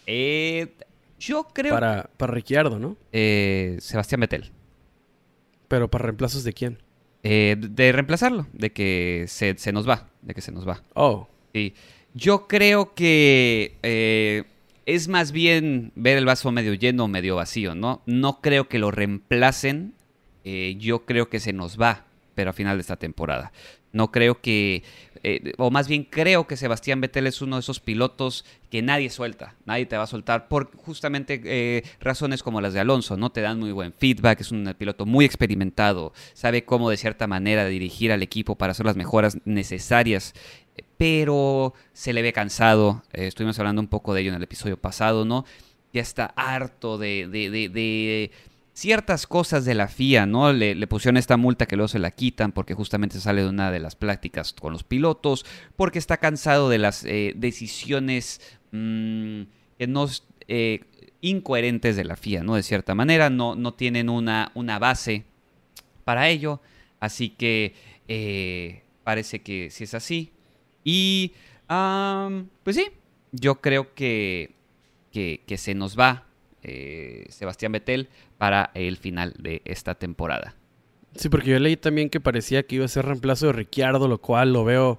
Yo creo... Para Ricciardo, ¿no? Sebastián Vettel. ¿Pero para reemplazos de quién? De reemplazarlo, de que se nos va. Oh. Sí. Yo creo que es más bien ver el vaso medio lleno o medio vacío, ¿no? No creo que lo reemplacen. Yo creo que se nos va, pero a final de esta temporada. No creo que... o más bien creo que Sebastián Vettel es uno de esos pilotos que nadie suelta, nadie te va a soltar por justamente razones como las de Alonso, ¿no? Te dan muy buen feedback, es un piloto muy experimentado, sabe cómo de cierta manera dirigir al equipo para hacer las mejoras necesarias, pero se le ve cansado. Estuvimos hablando un poco de ello en el episodio pasado, ¿no? Ya está harto de ciertas cosas de la FIA, ¿no? Le pusieron esta multa que luego se la quitan porque justamente sale de una de las pláticas con los pilotos, porque está cansado de las decisiones que no incoherentes de la FIA, ¿no? De cierta manera, no tienen una base para ello, así que parece que sí es así. Y pues sí, yo creo que se nos va Sebastián Vettel para el final de esta temporada. Sí, porque yo leí también que parecía que iba a ser reemplazo de Ricciardo, lo cual lo veo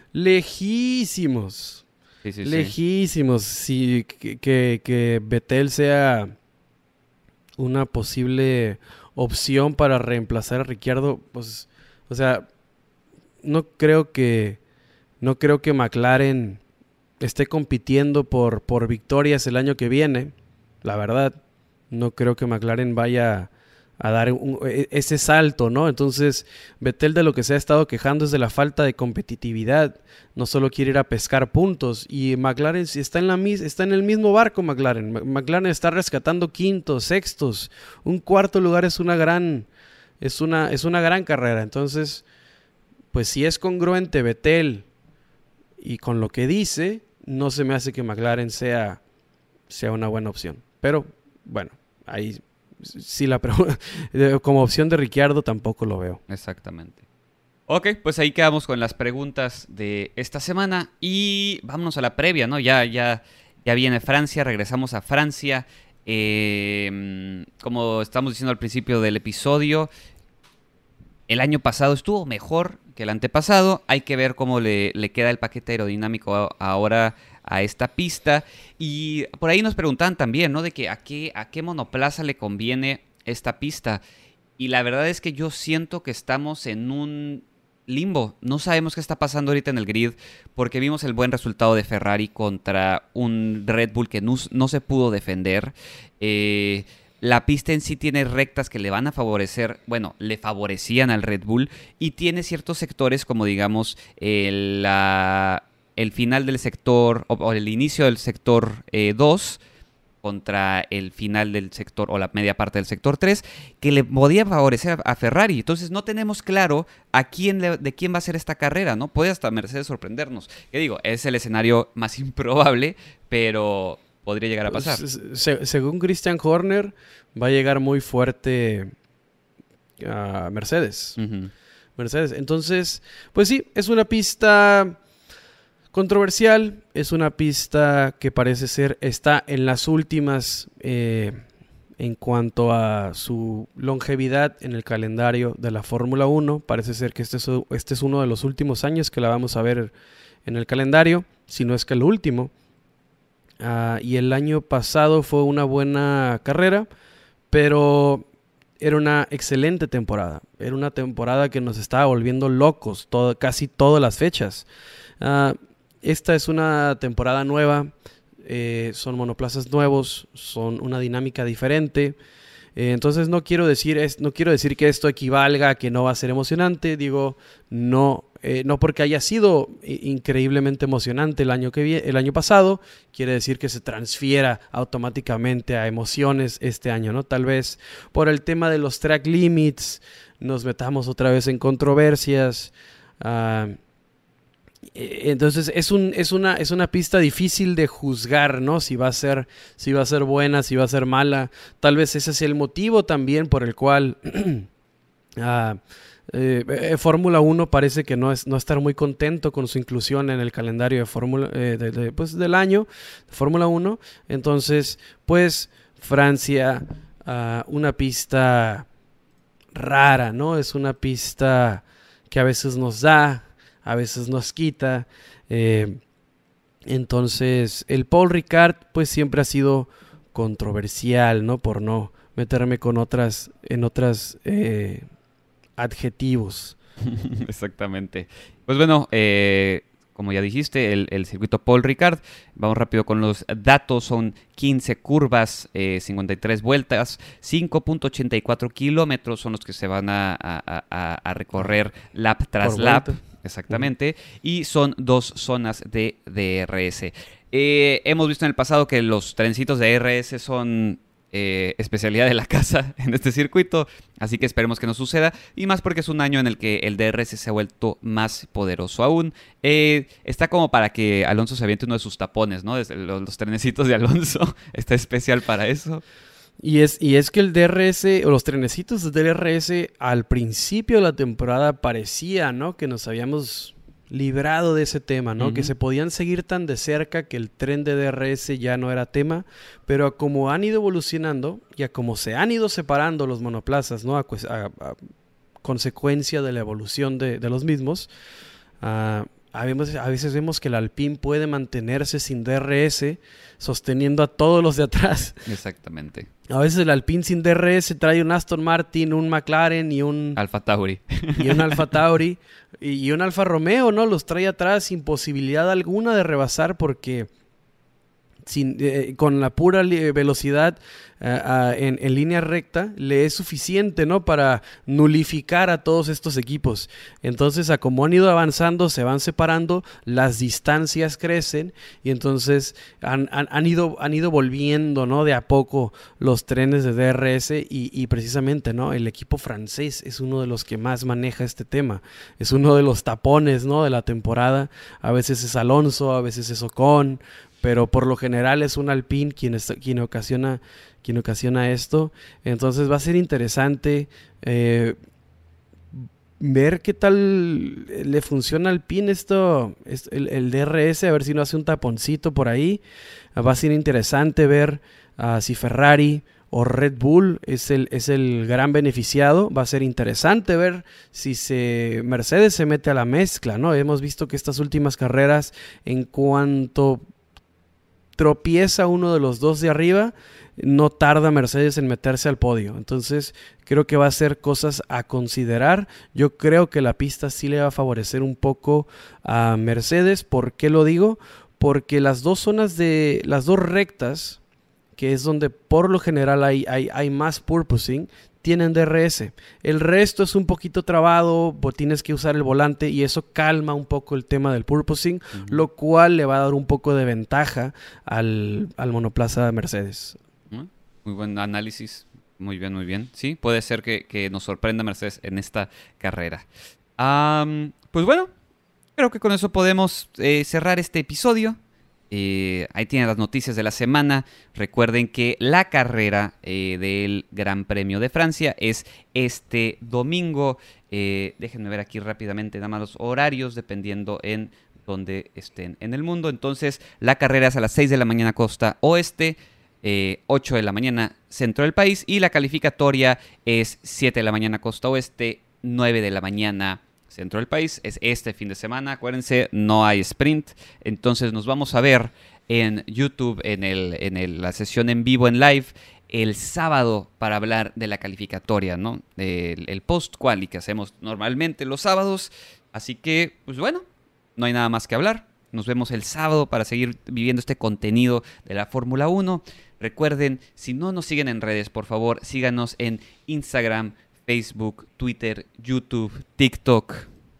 lejísimos. Sí. Lejísimos. Sí, que Vettel sea una posible opción para reemplazar a Ricciardo, pues, O sea, no creo que McLaren esté compitiendo por victorias el año que viene. La verdad, no creo que McLaren vaya a dar ese salto, ¿no? Entonces, Vettel de lo que se ha estado quejando es de la falta de competitividad. No solo quiere ir a pescar puntos. Y McLaren está en el mismo barco, McLaren. McLaren está rescatando quintos, sextos. Un cuarto lugar es una gran carrera. Entonces, pues si es congruente Vettel y con lo que dice, no se me hace que McLaren sea una buena opción. Pero, bueno, ahí sí como opción de Ricciardo tampoco lo veo. Exactamente. Ok, pues ahí quedamos con las preguntas de esta semana y vámonos a la previa, ¿no? Ya viene Francia, regresamos a Francia. Como estamos diciendo al principio del episodio, el año pasado estuvo mejor que el antepasado. Hay que ver cómo le queda el paquete aerodinámico ahora a esta pista. Y por ahí nos preguntaban también, ¿no? De que a qué monoplaza le conviene esta pista. Y la verdad es que yo siento que estamos en un limbo. No sabemos qué está pasando ahorita en el grid porque vimos el buen resultado de Ferrari contra un Red Bull que no se pudo defender. La pista en sí tiene rectas que le van a favorecer, bueno, le favorecían al Red Bull y tiene ciertos sectores como digamos el final del sector o el inicio del sector 2 contra el final del sector o la media parte del sector 3 que le podía favorecer a Ferrari. Entonces no tenemos claro de quién va a ser esta carrera, ¿no? Puede hasta Mercedes sorprendernos. Que digo, es el escenario más improbable, pero podría llegar a pasar. Según Christian Horner, va a llegar muy fuerte a Mercedes. Uh-huh. Mercedes. Entonces, pues sí, es una pista controversial, es una pista que parece ser está en las últimas en cuanto a su longevidad en el calendario de la Fórmula 1. Parece ser que este es uno de los últimos años que la vamos a ver en el calendario, si no es que el último. Y el año pasado fue una buena carrera, pero era una excelente temporada. Era una temporada que nos estaba volviendo locos casi todas las fechas. Esta es una temporada nueva, son monoplazas nuevos, son una dinámica diferente. Entonces no quiero decir que esto equivalga a que no va a ser emocionante. Digo, no porque haya sido increíblemente emocionante el año pasado, quiere decir que se transfiera automáticamente a emociones este año, ¿no? Tal vez por el tema de los track limits nos metamos otra vez en controversias. Entonces es una pista difícil de juzgar, ¿no? Si va a ser buena, si va a ser mala. Tal vez ese es el motivo también por el cual Fórmula 1 parece que no estar muy contento con su inclusión en el calendario de Fórmula del año de Fórmula 1. Entonces, pues Francia, una pista rara, ¿no? Es una pista que a veces nos da, a veces nos quita. Entonces, el Paul Ricard pues siempre ha sido controversial, ¿no? Por no meterme con otras adjetivos. Exactamente. Pues bueno, como ya dijiste, el circuito Paul Ricard. Vamos rápido con los datos. Son 15 curvas, 53 vueltas, 5.84 kilómetros son los que se van a recorrer lap tras lap. Exactamente. Y son 2 zonas de DRS. Hemos visto en el pasado que los trencitos de DRS son especialidad de la casa en este circuito, así que esperemos que no suceda, y más porque es un año en el que el DRS se ha vuelto más poderoso aún. Está como para que Alonso se aviente uno de sus tapones, ¿no? Los trenecitos de Alonso, está especial para eso. Y es que el DRS, o los trenecitos de DRS, al principio de la temporada parecía, ¿no? Que nos habíamos librado de ese tema, ¿no? Uh-huh. Que se podían seguir tan de cerca que el tren de DRS ya no era tema, pero como han ido evolucionando y a como se han ido separando los monoplazas, ¿no? A consecuencia de la evolución de los mismos, a veces vemos que el Alpine puede mantenerse sin DRS, sosteniendo a todos los de atrás. Exactamente. A veces el Alpine sin DRS trae un Aston Martin, un McLaren y un Alfa Tauri. Y un Alfa Tauri y un Alfa Romeo, ¿no? Los trae atrás sin posibilidad alguna de rebasar porque con la pura velocidad en línea recta le es suficiente, ¿no? Para nulificar a todos estos equipos. Entonces, a como han ido avanzando, se van separando, las distancias crecen y entonces han ido volviendo, ¿no? De a poco los trenes de DRS y precisamente, ¿no? El equipo francés es uno de los que más maneja este tema. Es uno de los tapones, ¿no? De la temporada. A veces es Alonso, a veces es Ocon, pero por lo general es un Alpine quien ocasiona esto. Entonces va a ser interesante ver qué tal le funciona al Alpine el DRS, a ver si no hace un taponcito por ahí. Va a ser interesante ver si Ferrari o Red Bull es el gran beneficiado. Va a ser interesante ver si Mercedes se mete a la mezcla, ¿no? Hemos visto que estas últimas carreras, en cuanto tropieza uno de los dos de arriba, no tarda Mercedes en meterse al podio. Entonces creo que va a ser cosas a considerar. Yo creo que la pista sí le va a favorecer un poco a Mercedes. ¿Por qué lo digo? Porque las dos rectas, que es donde por lo general hay más purposing, tienen DRS. El resto es un poquito trabado, tienes que usar el volante y eso calma un poco el tema del purposing, lo cual le va a dar un poco de ventaja al monoplaza de Mercedes. Muy buen análisis, muy bien, muy bien. Sí, puede ser que nos sorprenda Mercedes en esta carrera. Pues bueno, creo que con eso podemos cerrar este episodio. Ahí tienen las noticias de la semana. Recuerden que la carrera del Gran Premio de Francia es este domingo. Déjenme ver aquí rápidamente nada más los horarios, dependiendo en dónde estén en el mundo. Entonces, la carrera es a las 6 de la mañana costa oeste, 8 de la mañana centro del país, y la calificatoria es 7 de la mañana costa oeste, 9 de la mañana centro del país. Es este fin de semana, acuérdense, no hay sprint. Entonces nos vamos a ver en YouTube, en la sesión en vivo, en live, el sábado para hablar de la calificatoria, ¿no? El post-quali que hacemos normalmente los sábados. Así que, pues bueno, no hay nada más que hablar. Nos vemos el sábado para seguir viviendo este contenido de la Fórmula 1. Recuerden, si no nos siguen en redes, por favor, síganos en Instagram, Facebook, Twitter, YouTube, TikTok.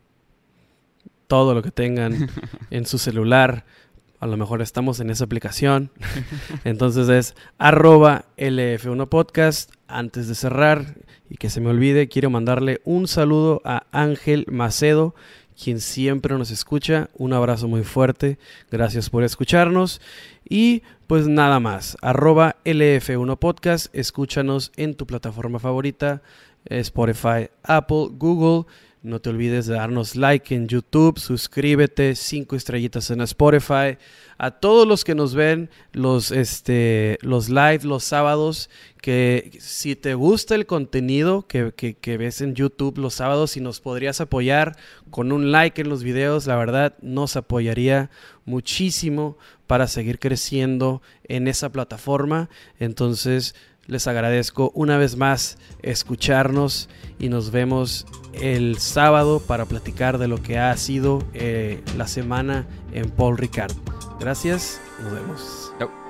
Todo lo que tengan en su celular. A lo mejor estamos en esa aplicación. Entonces es @LF1podcast. Antes de cerrar y que se me olvide, quiero mandarle un saludo a Ángel Macedo, quien siempre nos escucha. Un abrazo muy fuerte. Gracias por escucharnos. Y pues nada más. @LF1podcast. Escúchanos en tu plataforma favorita. Spotify, Apple, Google. No te olvides de darnos like en YouTube, suscríbete, 5 estrellitas en Spotify. A todos los que nos ven los live los sábados, que si te gusta el contenido que ves en YouTube los sábados, si nos podrías apoyar con un like en los videos, la verdad nos apoyaría muchísimo para seguir creciendo en esa plataforma. Entonces, les agradezco una vez más escucharnos y nos vemos el sábado para platicar de lo que ha sido la semana en Paul Ricard. Gracias, nos vemos. Chau.